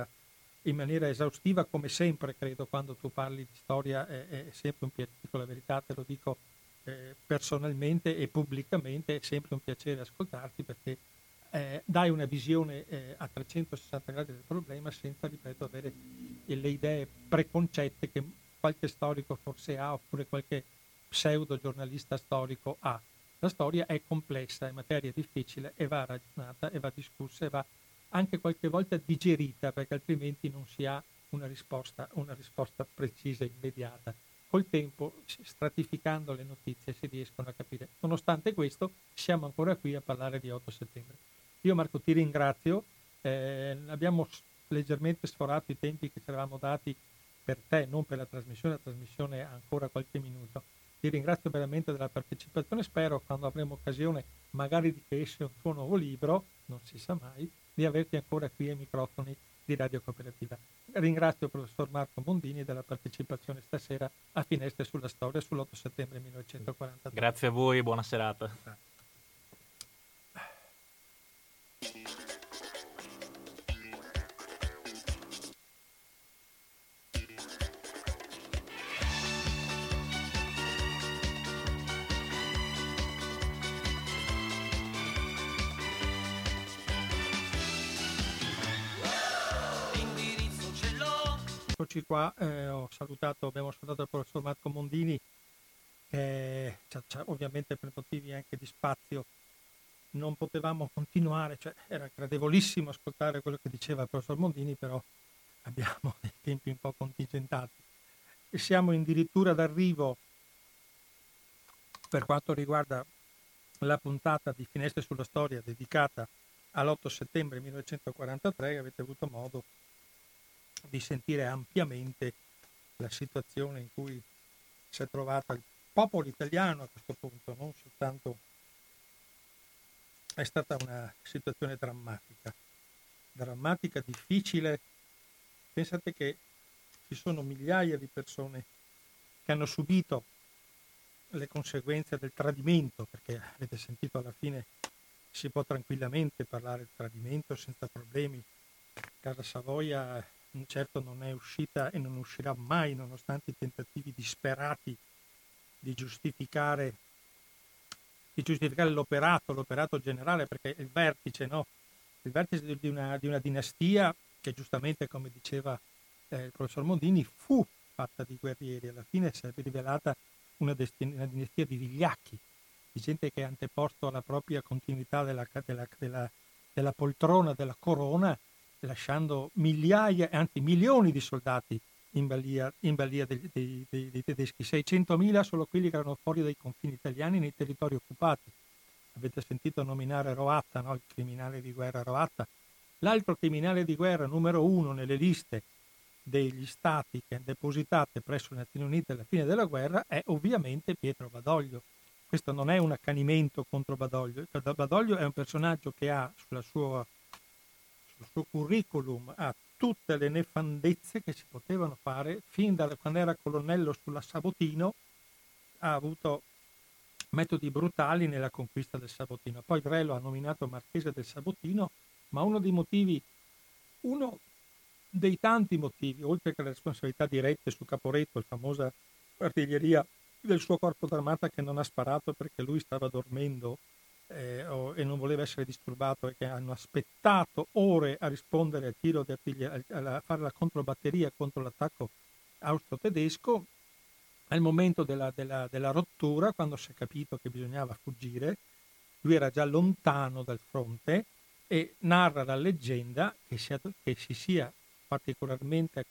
in maniera esaustiva, come sempre. Credo, quando tu parli di storia è sempre un piacere, dico la verità, te lo dico personalmente e pubblicamente, è sempre un piacere ascoltarti, perché dai una visione a 360 gradi del problema, senza, ripeto, avere le idee preconcette che qualche storico forse ha, oppure qualche pseudo giornalista storico ha. La storia è complessa, è materia difficile e va ragionata e va discussa e va anche qualche volta digerita, perché altrimenti non si ha una risposta precisa e immediata. Col tempo, stratificando le notizie, si riescono a capire. Nonostante questo, siamo ancora qui a parlare di 8 settembre. Io, Marco, ti ringrazio. Abbiamo leggermente sforato i tempi che ci eravamo dati per te, non per la trasmissione ha ancora qualche minuto. Ti ringrazio veramente della partecipazione, spero, quando avremo occasione, magari di che esce un tuo nuovo libro, non si sa mai, di averti ancora qui ai microfoni di Radio Cooperativa. Ringrazio il professor Marco Mondini della partecipazione stasera a Finestre sulla Storia sull'8 settembre 1943. Grazie a voi e buona serata. Eccoci qua, abbiamo salutato il professor Marco Mondini, che ovviamente per motivi anche di spazio non potevamo continuare, cioè era gradevolissimo ascoltare quello che diceva il professor Mondini, però abbiamo dei tempi un po' contingentati e siamo addirittura d'arrivo per quanto riguarda la puntata di Finestre sulla Storia dedicata all'8 settembre 1943, che avete avuto modo di sentire ampiamente la situazione in cui si è trovato il popolo italiano a questo punto. Non soltanto è stata una situazione drammatica, difficile. Pensate che ci sono migliaia di persone che hanno subito le conseguenze del tradimento, perché avete sentito, alla fine si può tranquillamente parlare di tradimento senza problemi. Casa Savoia certo non è uscita e non uscirà mai, nonostante i tentativi disperati di giustificare l'operato generale, perché il vertice, no, il vertice di una dinastia che giustamente, come diceva il professor Mondini, fu fatta di guerrieri. Alla fine si è rivelata una dinastia di vigliacchi, di gente che ha anteposto alla propria continuità della poltrona, della corona, lasciando migliaia, anzi milioni di soldati in balia dei tedeschi. 600.000 solo quelli che erano fuori dai confini italiani nei territori occupati. Avete sentito nominare Roatta, no? Il criminale di guerra Roatta. L'altro criminale di guerra numero 1 nelle liste degli stati che depositate presso le Nazioni Unite alla fine della guerra è ovviamente Pietro Badoglio. Questo non è un accanimento contro Badoglio. Badoglio è un personaggio che ha sul suo curriculum ha tutte le nefandezze che si potevano fare fin da quando era colonnello sulla Sabotino. Ha avuto metodi brutali nella conquista del Sabotino. Poi il re lo ha nominato marchese del Sabotino, ma uno dei tanti motivi, oltre che le responsabilità dirette su Caporetto, la famosa artiglieria del suo corpo d'armata che non ha sparato perché lui stava dormendo e non voleva essere disturbato, e che hanno aspettato ore a rispondere al tiro di artiglieria, a fare la controbatteria contro l'attacco austro-tedesco. Al momento della rottura, quando si è capito che bisognava fuggire, lui era già lontano dal fronte e narra la leggenda che si sia particolarmente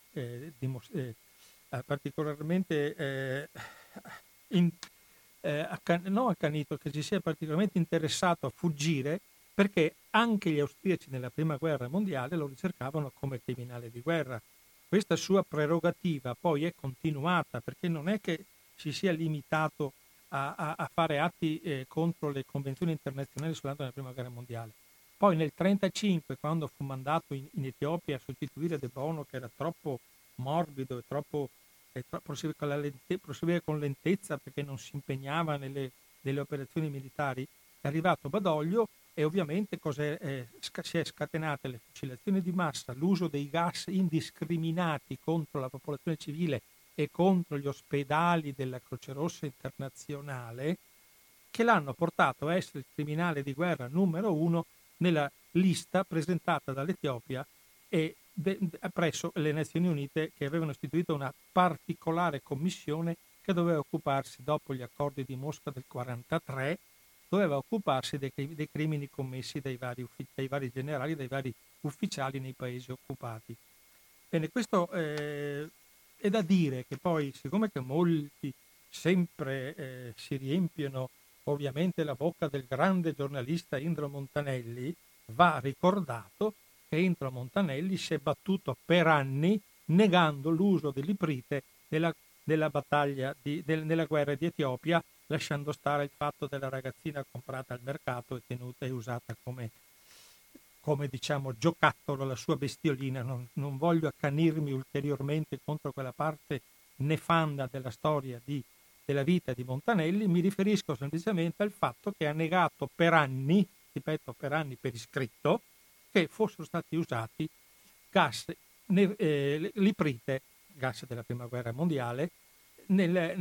non accanito, che si sia particolarmente interessato a fuggire, perché anche gli austriaci nella prima guerra mondiale lo ricercavano come criminale di guerra. Questa sua prerogativa poi è continuata, perché non è che si sia limitato a fare atti contro le convenzioni internazionali soltanto nella prima guerra mondiale. Poi nel 1935, quando fu mandato in Etiopia a sostituire De Bono, che era troppo morbido e troppo proseguire con lentezza perché non si impegnava nelle operazioni militari, è arrivato Badoglio e ovviamente si è scatenate le fucilazioni di massa, l'uso dei gas indiscriminati contro la popolazione civile e contro gli ospedali della Croce Rossa internazionale, che l'hanno portato a essere il criminale di guerra numero 1 nella lista presentata dall'Etiopia e presso le Nazioni Unite, che avevano istituito una particolare commissione che doveva occuparsi, dopo gli accordi di Mosca del 1943, doveva occuparsi dei crimini commessi dai vari generali, dai vari ufficiali nei paesi occupati. Bene, questo è da dire che poi, siccome che molti sempre si riempiono ovviamente la bocca del grande giornalista Indro Montanelli, va ricordato che Indro Montanelli si è battuto per anni negando l'uso dell'iprite nella battaglia nella guerra di Etiopia, lasciando stare il fatto della ragazzina comprata al mercato e tenuta e usata come diciamo giocattolo, la sua bestiolina. Non voglio accanirmi ulteriormente contro quella parte nefanda della storia della vita di Montanelli, mi riferisco semplicemente al fatto che ha negato per anni, ripeto per anni per iscritto, che fossero stati usati gas, l'iprite, gas della prima guerra mondiale, nelle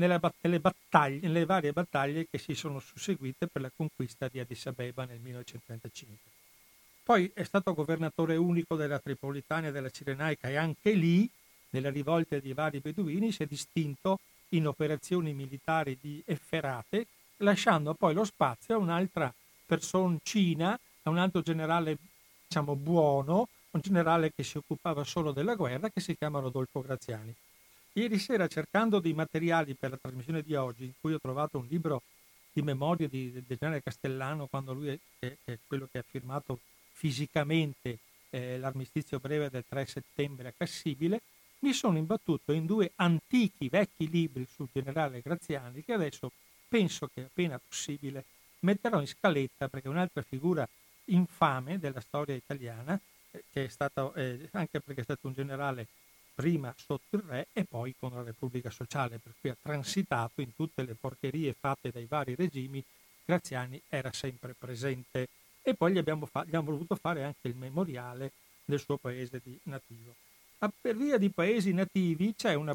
varie battaglie che si sono susseguite per la conquista di Addis Abeba nel 1935. Poi è stato governatore unico della Tripolitania e della Cirenaica, e anche lì, nelle rivolte dei vari beduini, si è distinto in operazioni militari di efferate, lasciando poi lo spazio a un'altra personcina, a un altro generale, diciamo, buono, un generale che si occupava solo della guerra, che si chiama Rodolfo Graziani. Ieri sera, cercando dei materiali per la trasmissione di oggi, in cui ho trovato un libro di memorie del generale Castellano, quando lui è quello che ha firmato fisicamente l'armistizio breve del 3 settembre a Cassibile, mi sono imbattuto in due antichi vecchi libri sul generale Graziani, che adesso penso che appena possibile metterò in scaletta, perché è un'altra figura infame della storia italiana, che è stato anche perché è stato un generale prima sotto il re e poi con la Repubblica Sociale, per cui ha transitato in tutte le porcherie fatte dai vari regimi. Graziani era sempre presente, e poi gli abbiamo voluto fare anche il memoriale del suo paese nativo. Ma per via di paesi nativi c'è una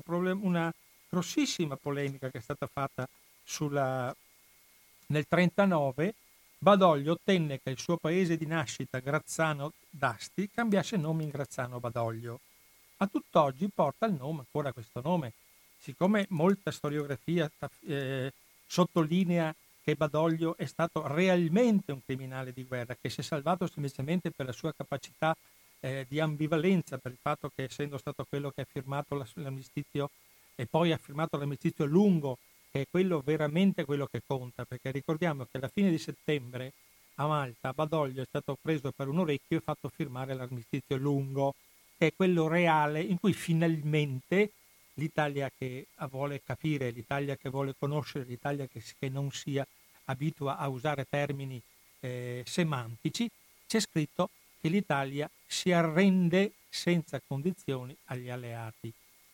grossissima polemica che è stata fatta nel 1939, Badoglio ottenne che il suo paese di nascita, Grazzano d'Asti, cambiasse nome in Grazzano Badoglio. A tutt'oggi porta il nome, ancora questo nome. Siccome molta storiografia sottolinea che Badoglio è stato realmente un criminale di guerra, che si è salvato semplicemente per la sua capacità di ambivalenza, per il fatto che essendo stato quello che ha firmato l'armistizio e poi ha firmato l'armistizio lungo, che è quello veramente quello che conta, perché ricordiamo che alla fine di settembre a Malta Badoglio è stato preso per un orecchio e fatto firmare l'armistizio lungo, che è quello reale in cui finalmente l'Italia che vuole capire, l'Italia che vuole conoscere, l'Italia che non sia abitua a usare termini semantici, c'è scritto che l'Italia si arrende senza condizioni agli alleati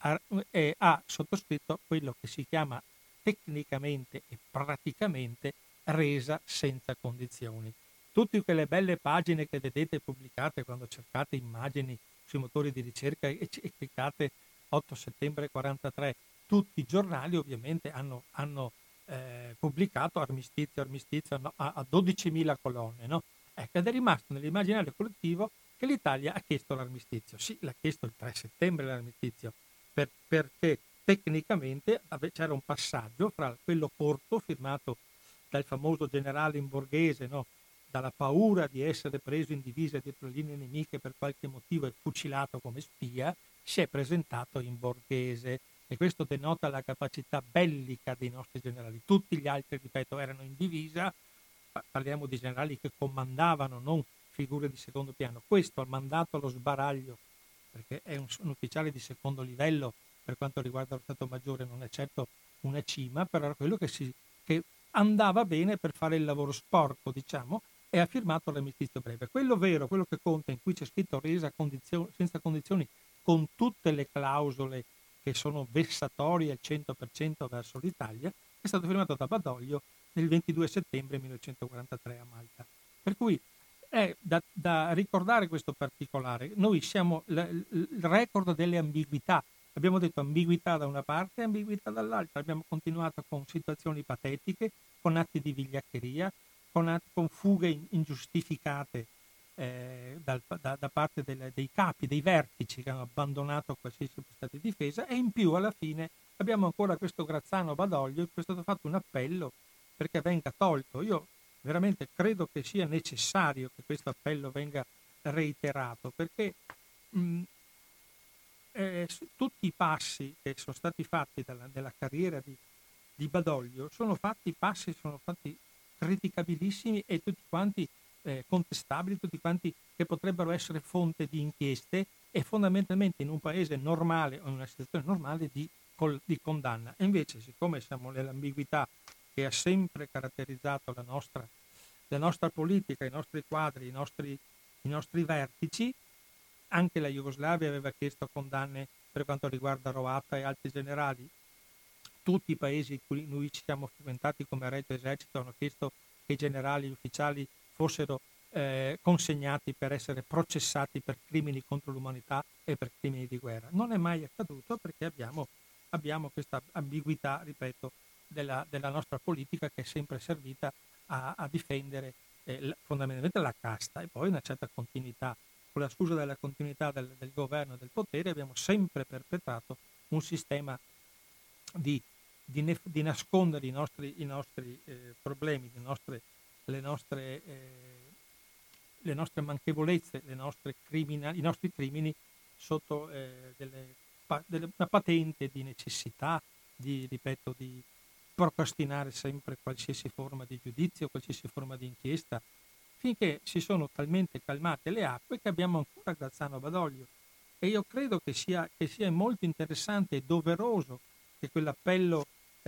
e ha sottoscritto quello che si chiama tecnicamente e praticamente resa senza condizioni. Tutte quelle belle pagine che vedete pubblicate quando cercate immagini sui motori di ricerca e cliccate 8 settembre 43, tutti i giornali ovviamente hanno pubblicato armistizio no, a 12.000 colonne, no? Ecco, ed è rimasto nell'immaginario collettivo che l'Italia ha chiesto l'armistizio. Sì, l'ha chiesto il 3 settembre l'armistizio, perché tecnicamente c'era un passaggio fra quello corto firmato dal famoso generale in Borghese, no? Dalla paura di essere preso in divisa dietro le linee nemiche per qualche motivo e fucilato come spia, si è presentato in Borghese, e questo denota la capacità bellica dei nostri generali. Tutti gli altri, ripeto, erano in divisa, parliamo di generali che comandavano, non figure di secondo piano. Questo ha mandato allo sbaraglio, perché è un ufficiale di secondo livello per quanto riguarda lo Stato Maggiore, non è certo una cima, però era quello che andava bene per fare il lavoro sporco, diciamo, e ha firmato l'armistizio breve. Quello vero, quello che conta, in cui c'è scritto resa senza condizioni, con tutte le clausole che sono vessatorie al 100% verso l'Italia, è stato firmato da Badoglio nel 22 settembre 1943 a Malta. Per cui è da ricordare questo particolare. Noi siamo il record delle ambiguità. Abbiamo detto ambiguità da una parte e ambiguità dall'altra. Abbiamo continuato con situazioni patetiche, con atti di vigliaccheria, con fughe ingiustificate da parte dei capi, dei vertici che hanno abbandonato qualsiasi possibilità di difesa, e in più alla fine abbiamo ancora questo Grazzano Badoglio che è stato fatto un appello perché venga tolto. Io veramente credo che sia necessario che questo appello venga reiterato, perché tutti i passi che sono stati fatti nella carriera di Badoglio sono fatti criticabilissimi e tutti quanti contestabili, tutti quanti che potrebbero essere fonte di inchieste e fondamentalmente in un paese normale o in una situazione normale di condanna. E invece, siccome siamo nell'ambiguità che ha sempre caratterizzato la nostra politica, i nostri quadri, i nostri vertici, anche la Jugoslavia aveva chiesto condanne per quanto riguarda Roatta e altri generali. Tutti i paesi in cui noi ci siamo frequentati come Regio Esercito hanno chiesto che i generali e gli ufficiali fossero consegnati per essere processati per crimini contro l'umanità e per crimini di guerra. Non è mai accaduto perché abbiamo questa ambiguità, ripeto, della nostra politica, che è sempre servita a difendere fondamentalmente la casta e poi una certa continuità. Con la scusa della continuità del governo e del potere abbiamo sempre perpetrato un sistema di nascondere i nostri problemi, le nostre manchevolezze, i nostri crimini sotto una patente di necessità, ripeto, di procrastinare sempre qualsiasi forma di giudizio, qualsiasi forma di inchiesta, finché si sono talmente calmate le acque che abbiamo ancora Grazzano Badoglio. E io credo che sia molto interessante e doveroso che quell'appello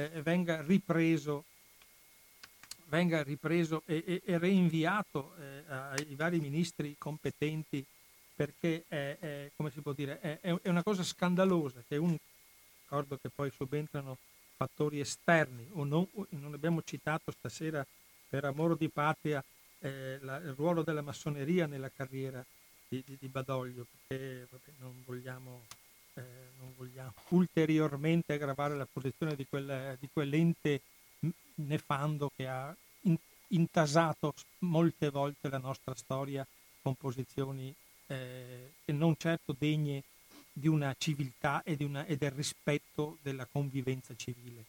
venga ripreso e reinviato ai vari ministri competenti, perché come si può dire, è una cosa scandalosa che ricordo che poi subentrano fattori esterni, non abbiamo citato stasera per amor di patria il ruolo della massoneria nella carriera di Badoglio, perché non vogliamo ulteriormente aggravare la posizione di quell'ente nefando che ha intasato molte volte la nostra storia con posizioni che non certo degne di una civiltà e del rispetto della convivenza civile.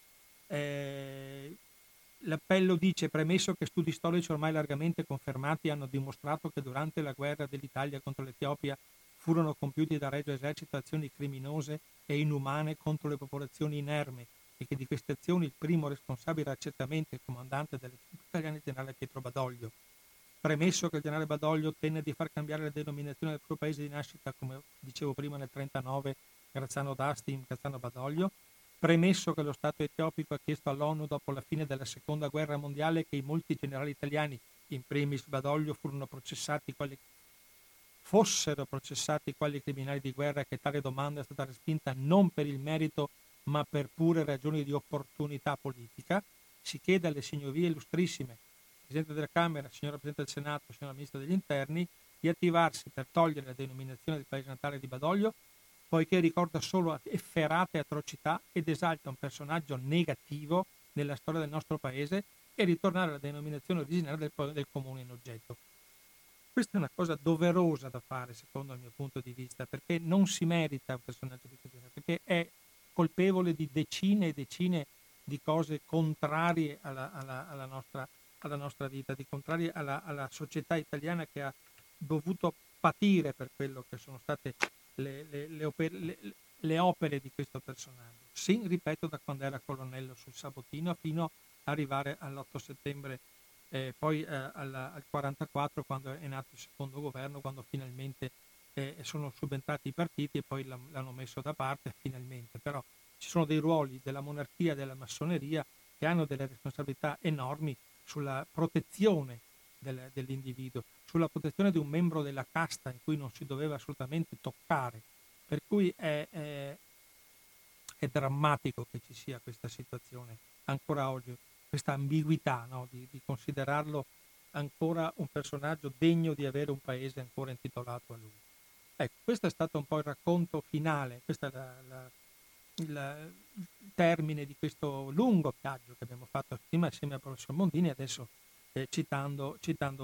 L'appello dice: premesso che studi storici ormai largamente confermati hanno dimostrato che durante la guerra dell'Italia contro l'Etiopia furono compiute da Regio Esercito azioni criminose e inumane contro le popolazioni inermi e che di queste azioni il primo responsabile era certamente il comandante delle truppe italiane, il generale Pietro Badoglio. Premesso che il generale Badoglio ottenne di far cambiare la denominazione del suo paese di nascita, come dicevo prima nel 1939, Graziano d'Asti in Graziano Badoglio. Premesso che lo Stato etiopico ha chiesto all'ONU dopo la fine della Seconda Guerra Mondiale che i molti generali italiani, in primis Badoglio, fossero processati quali criminali di guerra, e che tale domanda è stata respinta non per il merito ma per pure ragioni di opportunità politica, si chiede alle signorie illustrissime, Presidente della Camera, signora Presidente del Senato, signora Ministra degli Interni, di attivarsi per togliere la denominazione del paese natale di Badoglio, poiché ricorda solo efferate atrocità ed esalta un personaggio negativo nella storia del nostro paese, e ritornare alla denominazione originaria del comune in oggetto. Questa è una cosa doverosa da fare, secondo il mio punto di vista, perché non si merita un personaggio di questo genere, perché è colpevole di decine e decine di cose contrarie alla nostra vita, di contrarie alla società italiana, che ha dovuto patire per quello che sono state le opere di questo personaggio. Sì, ripeto, da quando era colonnello sul Sabotino fino ad arrivare all'8 settembre, poi al 44, quando è nato il secondo governo, quando finalmente sono subentrati i partiti e poi l'hanno messo da parte finalmente. Però ci sono dei ruoli della monarchia e della massoneria che hanno delle responsabilità enormi sulla protezione dell'individuo, sulla protezione di un membro della casta in cui non si doveva assolutamente toccare. Per cui è drammatico che ci sia questa situazione ancora oggi, questa ambiguità, no? di considerarlo ancora un personaggio degno di avere un paese ancora intitolato a lui. Ecco, questo è stato un po' il racconto finale, questo è il termine di questo lungo viaggio che abbiamo fatto prima assieme al professor Mondini, adesso citando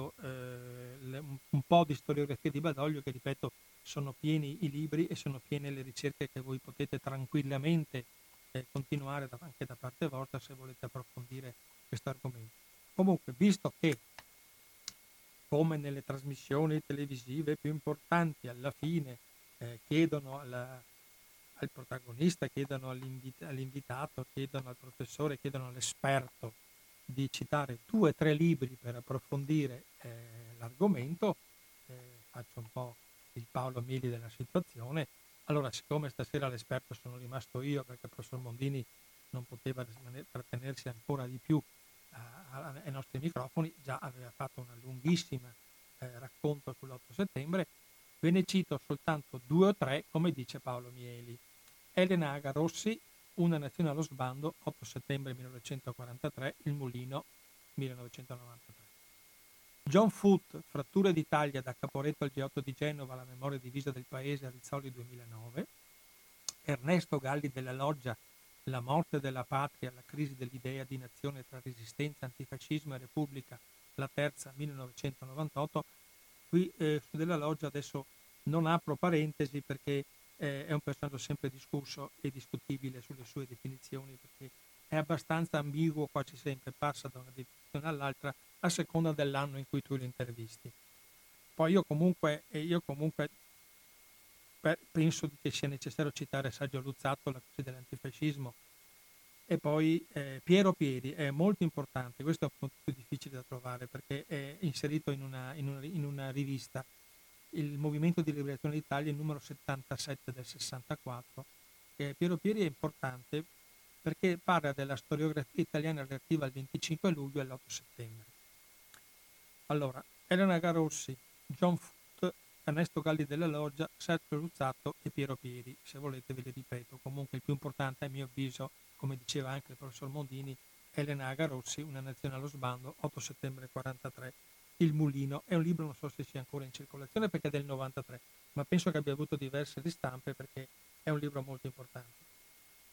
un po' di storiografia di Badoglio, che ripeto sono pieni i libri e sono piene le ricerche che voi potete tranquillamente continuare anche da parte vostra se volete approfondire questo argomento. Comunque, visto che, come nelle trasmissioni televisive più importanti, alla fine chiedono al protagonista, chiedono all'invitato, chiedono al professore, chiedono all'esperto di citare 2 o 3 libri per approfondire l'argomento, faccio un po' il Paolo Mieli della situazione. Allora, siccome stasera l'esperto sono rimasto io, perché il professor Mondini non poteva trattenersi ancora di più ai nostri microfoni, già aveva fatto una lunghissima racconto sull'8 settembre, ve ne cito soltanto 2 o 3, come dice Paolo Mieli. Elena Aga Rossi, Una nazione allo sbando, 8 settembre 1943, Il Mulino, 1993. John Foote, Fratture d'Italia, da Caporetto al G8 di Genova, la memoria divisa del paese, a Rizzoli 2009. Ernesto Galli della Loggia, La morte della patria, la crisi dell'idea di nazione tra resistenza, antifascismo e repubblica, la terza, 1998. Qui su Della Loggia adesso non apro parentesi, perché è un personaggio sempre discusso e discutibile sulle sue definizioni, perché è abbastanza ambiguo quasi sempre, passa da una definizione all'altra a seconda dell'anno in cui tu lo intervisti. Poi io comunque penso che sia necessario citare Sergio Luzzatto, La crisi dell'antifascismo, e poi Piero Pieri è molto importante. Questo è un po' più difficile da trovare, perché è inserito in una rivista, il Movimento di Liberazione d'Italia, il numero 77 del 64. Piero Pieri è importante perché parla della storiografia italiana relativa al 25 luglio e all'8 settembre. Allora, Elena Garossi, John Foote, Ernesto Galli della Loggia, Sergio Luzzatto e Piero Pieri. Se volete ve li ripeto. Comunque il più importante, a mio avviso, come diceva anche il professor Mondini, Elena Aga Rossi, Una nazione allo sbando, 8 settembre 43. Il Mulino è un libro, non so se sia ancora in circolazione perché è del 93, ma penso che abbia avuto diverse ristampe, perché è un libro molto importante.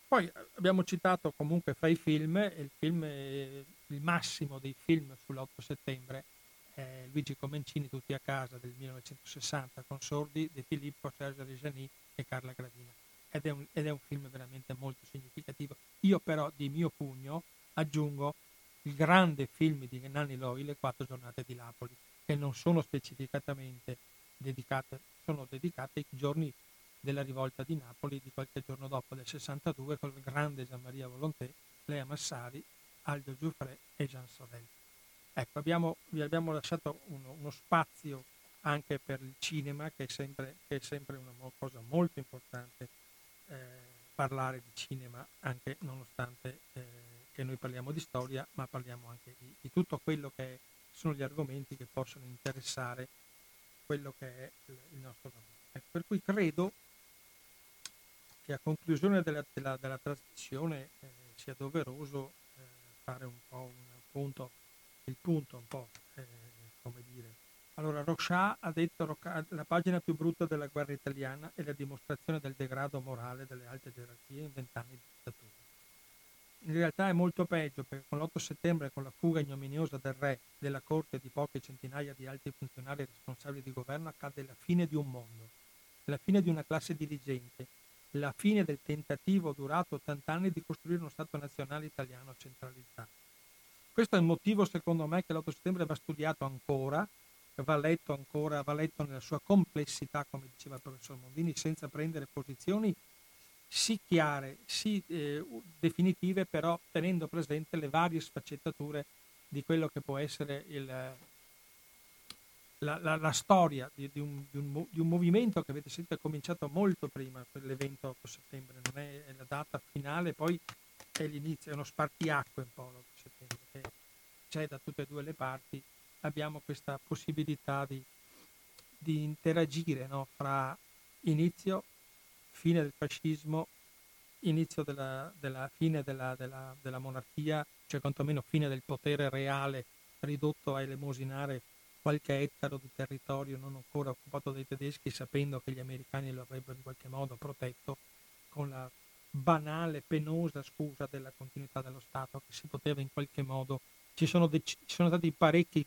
Poi abbiamo citato comunque fra i film, il massimo dei film sull'8 settembre, Luigi Comencini, Tutti a casa del 1960, con Sordi, De Filippo, Sergio Reggiani e Carla Gravina. Ed è un film veramente molto significativo. Io però di mio pugno aggiungo il grande film di Nanni Loi, Le quattro giornate di Napoli, che non sono specificatamente dedicate, sono dedicate ai giorni della rivolta di Napoli di qualche giorno dopo, del 62, con il grande Gian Maria Volonté, Lea Massari, Aldo Giuffre e Jean Sorel. Ecco, vi abbiamo lasciato uno spazio anche per il cinema, che è sempre una cosa molto importante, parlare di cinema, anche nonostante che noi parliamo di storia, ma parliamo anche di tutto quello che sono gli argomenti che possono interessare quello che è il nostro lavoro. Ecco, per cui credo che a conclusione della trasmissione sia doveroso fare un po' il punto un po', come dire. Allora, Rochat ha detto la pagina più brutta della guerra italiana è la dimostrazione del degrado morale delle alte gerarchie in 20 anni di dittatura. In realtà è molto peggio, perché con l'8 settembre, con la fuga ignominiosa del re, della corte e di poche centinaia di alti funzionari responsabili di governo, accade la fine di un mondo, la fine di una classe dirigente, la fine del tentativo durato 80 anni di costruire uno Stato nazionale italiano centralizzato. Questo è il motivo, secondo me, che l'8 settembre va studiato ancora, va letto nella sua complessità, come diceva il professor Mondini, senza prendere posizioni sì chiare, sì definitive, però tenendo presente le varie sfaccettature di quello che può essere la storia di un movimento che avete sentito è cominciato molto prima per l'evento 8 settembre, non è la data finale, poi è l'inizio, è uno spartiacque un po' l'8 settembre, che c'è da tutte e due le parti, abbiamo questa possibilità di interagire, no? Fra inizio, fine del fascismo, inizio della fine della monarchia, cioè quantomeno fine del potere reale ridotto a elemosinare qualche ettaro di territorio non ancora occupato dai tedeschi, sapendo che gli americani lo avrebbero in qualche modo protetto, con la banale, penosa scusa della continuità dello Stato, che si poteva in qualche modo. Ci sono stati parecchi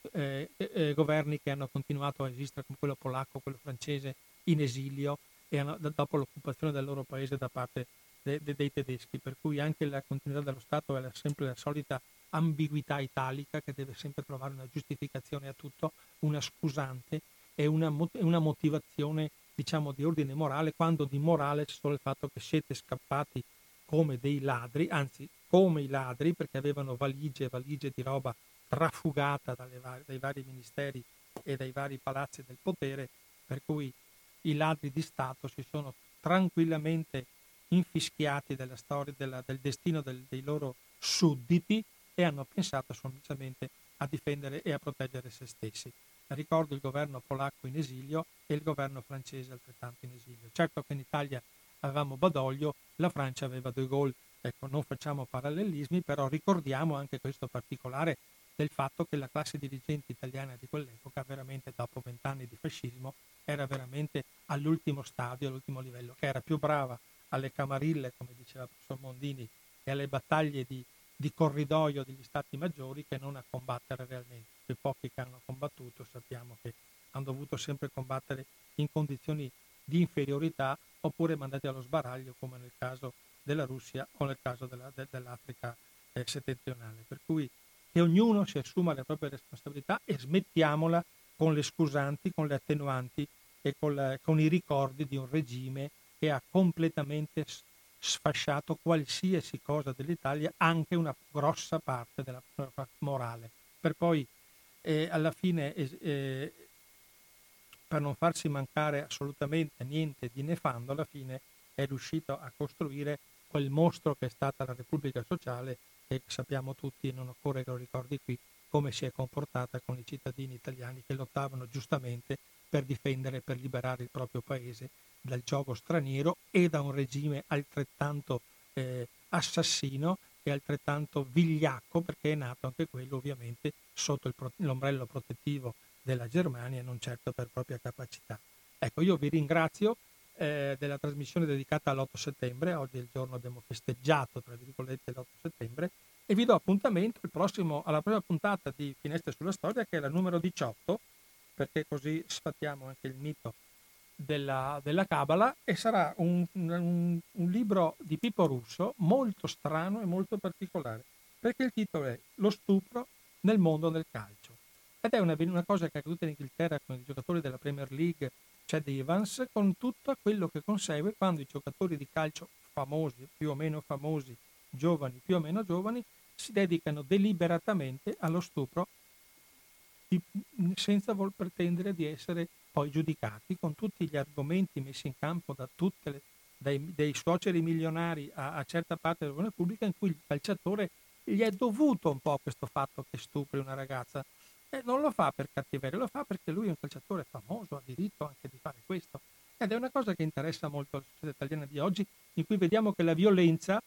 governi che hanno continuato a esistere, come quello polacco, quello francese, in esilio, e dopo l'occupazione del loro paese da parte dei tedeschi, per cui anche la continuità dello Stato è sempre la solita ambiguità italica che deve sempre trovare una giustificazione a tutto, una scusante e una motivazione, diciamo, di ordine morale, quando di morale c'è solo il fatto che siete scappati come dei ladri, anzi come i ladri, perché avevano valigie e valigie di roba trafugata dai vari ministeri e dai vari palazzi del potere, per cui i ladri di Stato si sono tranquillamente infischiati della storia, del destino dei loro sudditi, e hanno pensato semplicemente a difendere e a proteggere se stessi. Ricordo il governo polacco in esilio e il governo francese altrettanto in esilio. Certo che in Italia avevamo Badoglio, la Francia aveva De Gaulle. Ecco, non facciamo parallelismi, però ricordiamo anche questo particolare del fatto che la classe dirigente italiana di quell'epoca, veramente dopo 20 anni di fascismo, era veramente all'ultimo stadio, all'ultimo livello, che era più brava alle camarille, come diceva il professor Mondini, e alle battaglie di corridoio degli stati maggiori, che non a combattere realmente. Quei pochi che hanno combattuto sappiamo che hanno dovuto sempre combattere in condizioni di inferiorità, oppure mandati allo sbaraglio, come nel caso della Russia o nel caso dell'Africa settentrionale. Per cui che ognuno si assuma le proprie responsabilità e smettiamola con le scusanti, con le attenuanti e con i ricordi di un regime che ha completamente sfasciato qualsiasi cosa dell'Italia, anche una grossa parte della morale, per poi alla fine, per non farsi mancare assolutamente niente di nefando, alla fine è riuscito a costruire quel mostro che è stata la Repubblica Sociale, e sappiamo tutti, non occorre che lo ricordi qui, come si è comportata con i cittadini italiani che lottavano giustamente per difendere e per liberare il proprio paese dal giogo straniero e da un regime altrettanto assassino e altrettanto vigliacco, perché è nato anche quello ovviamente sotto l'ombrello protettivo della Germania e non certo per propria capacità. Ecco, io vi ringrazio, della trasmissione dedicata all'8 settembre. Oggi è il giorno, abbiamo festeggiato, tra virgolette, l'8 settembre, e vi do appuntamento alla prima puntata di Finestre sulla Storia, che è la numero 18, perché così sfattiamo anche il mito della Cabala, e sarà un libro di Pippo Russo molto strano e molto particolare, perché il titolo è Lo stupro nel mondo del calcio. Ed è una cosa che è accaduta in Inghilterra con i giocatori della Premier League, Chad Evans, con tutto quello che consegue quando i giocatori di calcio famosi, più o meno famosi, giovani, più o meno giovani, si dedicano deliberatamente allo stupro senza pretendere di essere poi giudicati, con tutti gli argomenti messi in campo da dai suoceri milionari a certa parte dell'opinione pubblica, in cui il calciatore gli è dovuto un po' questo fatto che stupri una ragazza. E non lo fa per cattiveria, lo fa perché lui è un calciatore famoso, ha diritto anche di fare questo. Ed è una cosa che interessa molto la società italiana di oggi, in cui vediamo che la violenza,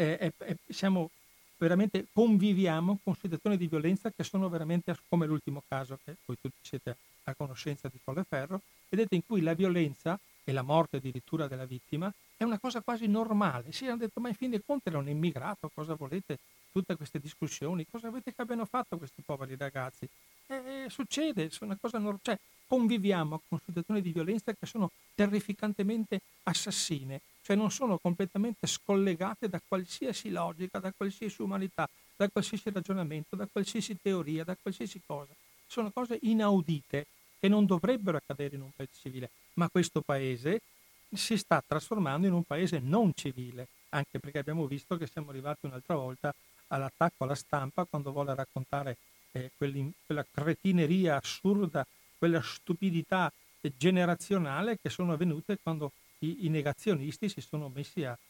siamo veramente, conviviamo con situazioni di violenza che sono veramente come l'ultimo caso, che voi tutti siete a conoscenza di Colleferro, vedete, in cui la violenza e la morte addirittura della vittima è una cosa quasi normale. Sì, hanno detto, ma in fin dei conti era un immigrato, cosa volete? Tutte queste discussioni, cosa avete che abbiano fatto questi poveri ragazzi? Succede, è una cosa cioè, conviviamo con situazioni di violenza che sono terrificantemente assassine, cioè non sono completamente scollegate da qualsiasi logica, da qualsiasi umanità, da qualsiasi ragionamento, da qualsiasi teoria, da qualsiasi cosa. Sono cose inaudite che non dovrebbero accadere in un paese civile, ma questo paese si sta trasformando in un paese non civile, anche perché abbiamo visto che siamo arrivati un'altra volta all'attacco alla stampa quando vuole raccontare quella cretineria assurda, quella stupidità generazionale che sono avvenute quando i negazionisti si sono messi a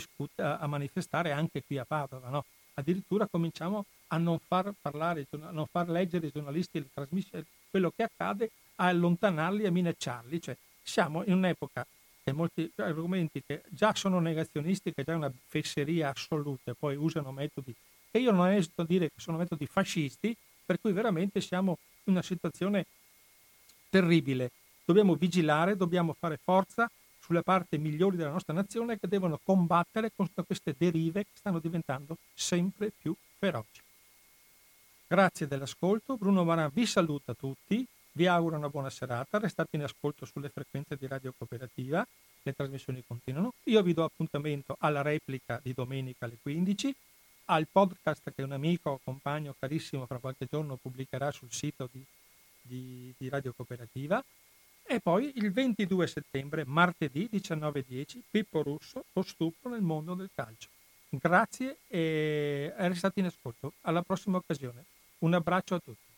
a manifestare anche qui a Padova, no? Addirittura cominciamo a non far parlare, a non far leggere i giornalisti le trasmissioni, quello che accade, a allontanarli, a minacciarli. Cioè, siamo in un'epoca che molti argomenti che già sono negazionisti, che già è una fesseria assoluta, e poi usano metodi che io non esito a dire che sono metodi fascisti, per cui veramente siamo in una situazione terribile. Dobbiamo vigilare, dobbiamo fare forza sulle parti migliori della nostra nazione, che devono combattere contro queste derive che stanno diventando sempre più feroci. Grazie dell'ascolto, Bruno Maran vi saluta tutti, vi auguro una buona serata, restate in ascolto sulle frequenze di Radio Cooperativa, le trasmissioni continuano, io vi do appuntamento alla replica di domenica alle 15, al podcast che un amico, compagno carissimo fra qualche giorno pubblicherà sul sito di Radio Cooperativa, e poi il 22 settembre, martedì 19:10, Pippo Russo, lo stupro nel mondo del calcio. Grazie e restate in ascolto. Alla prossima occasione. Un abbraccio a tutti.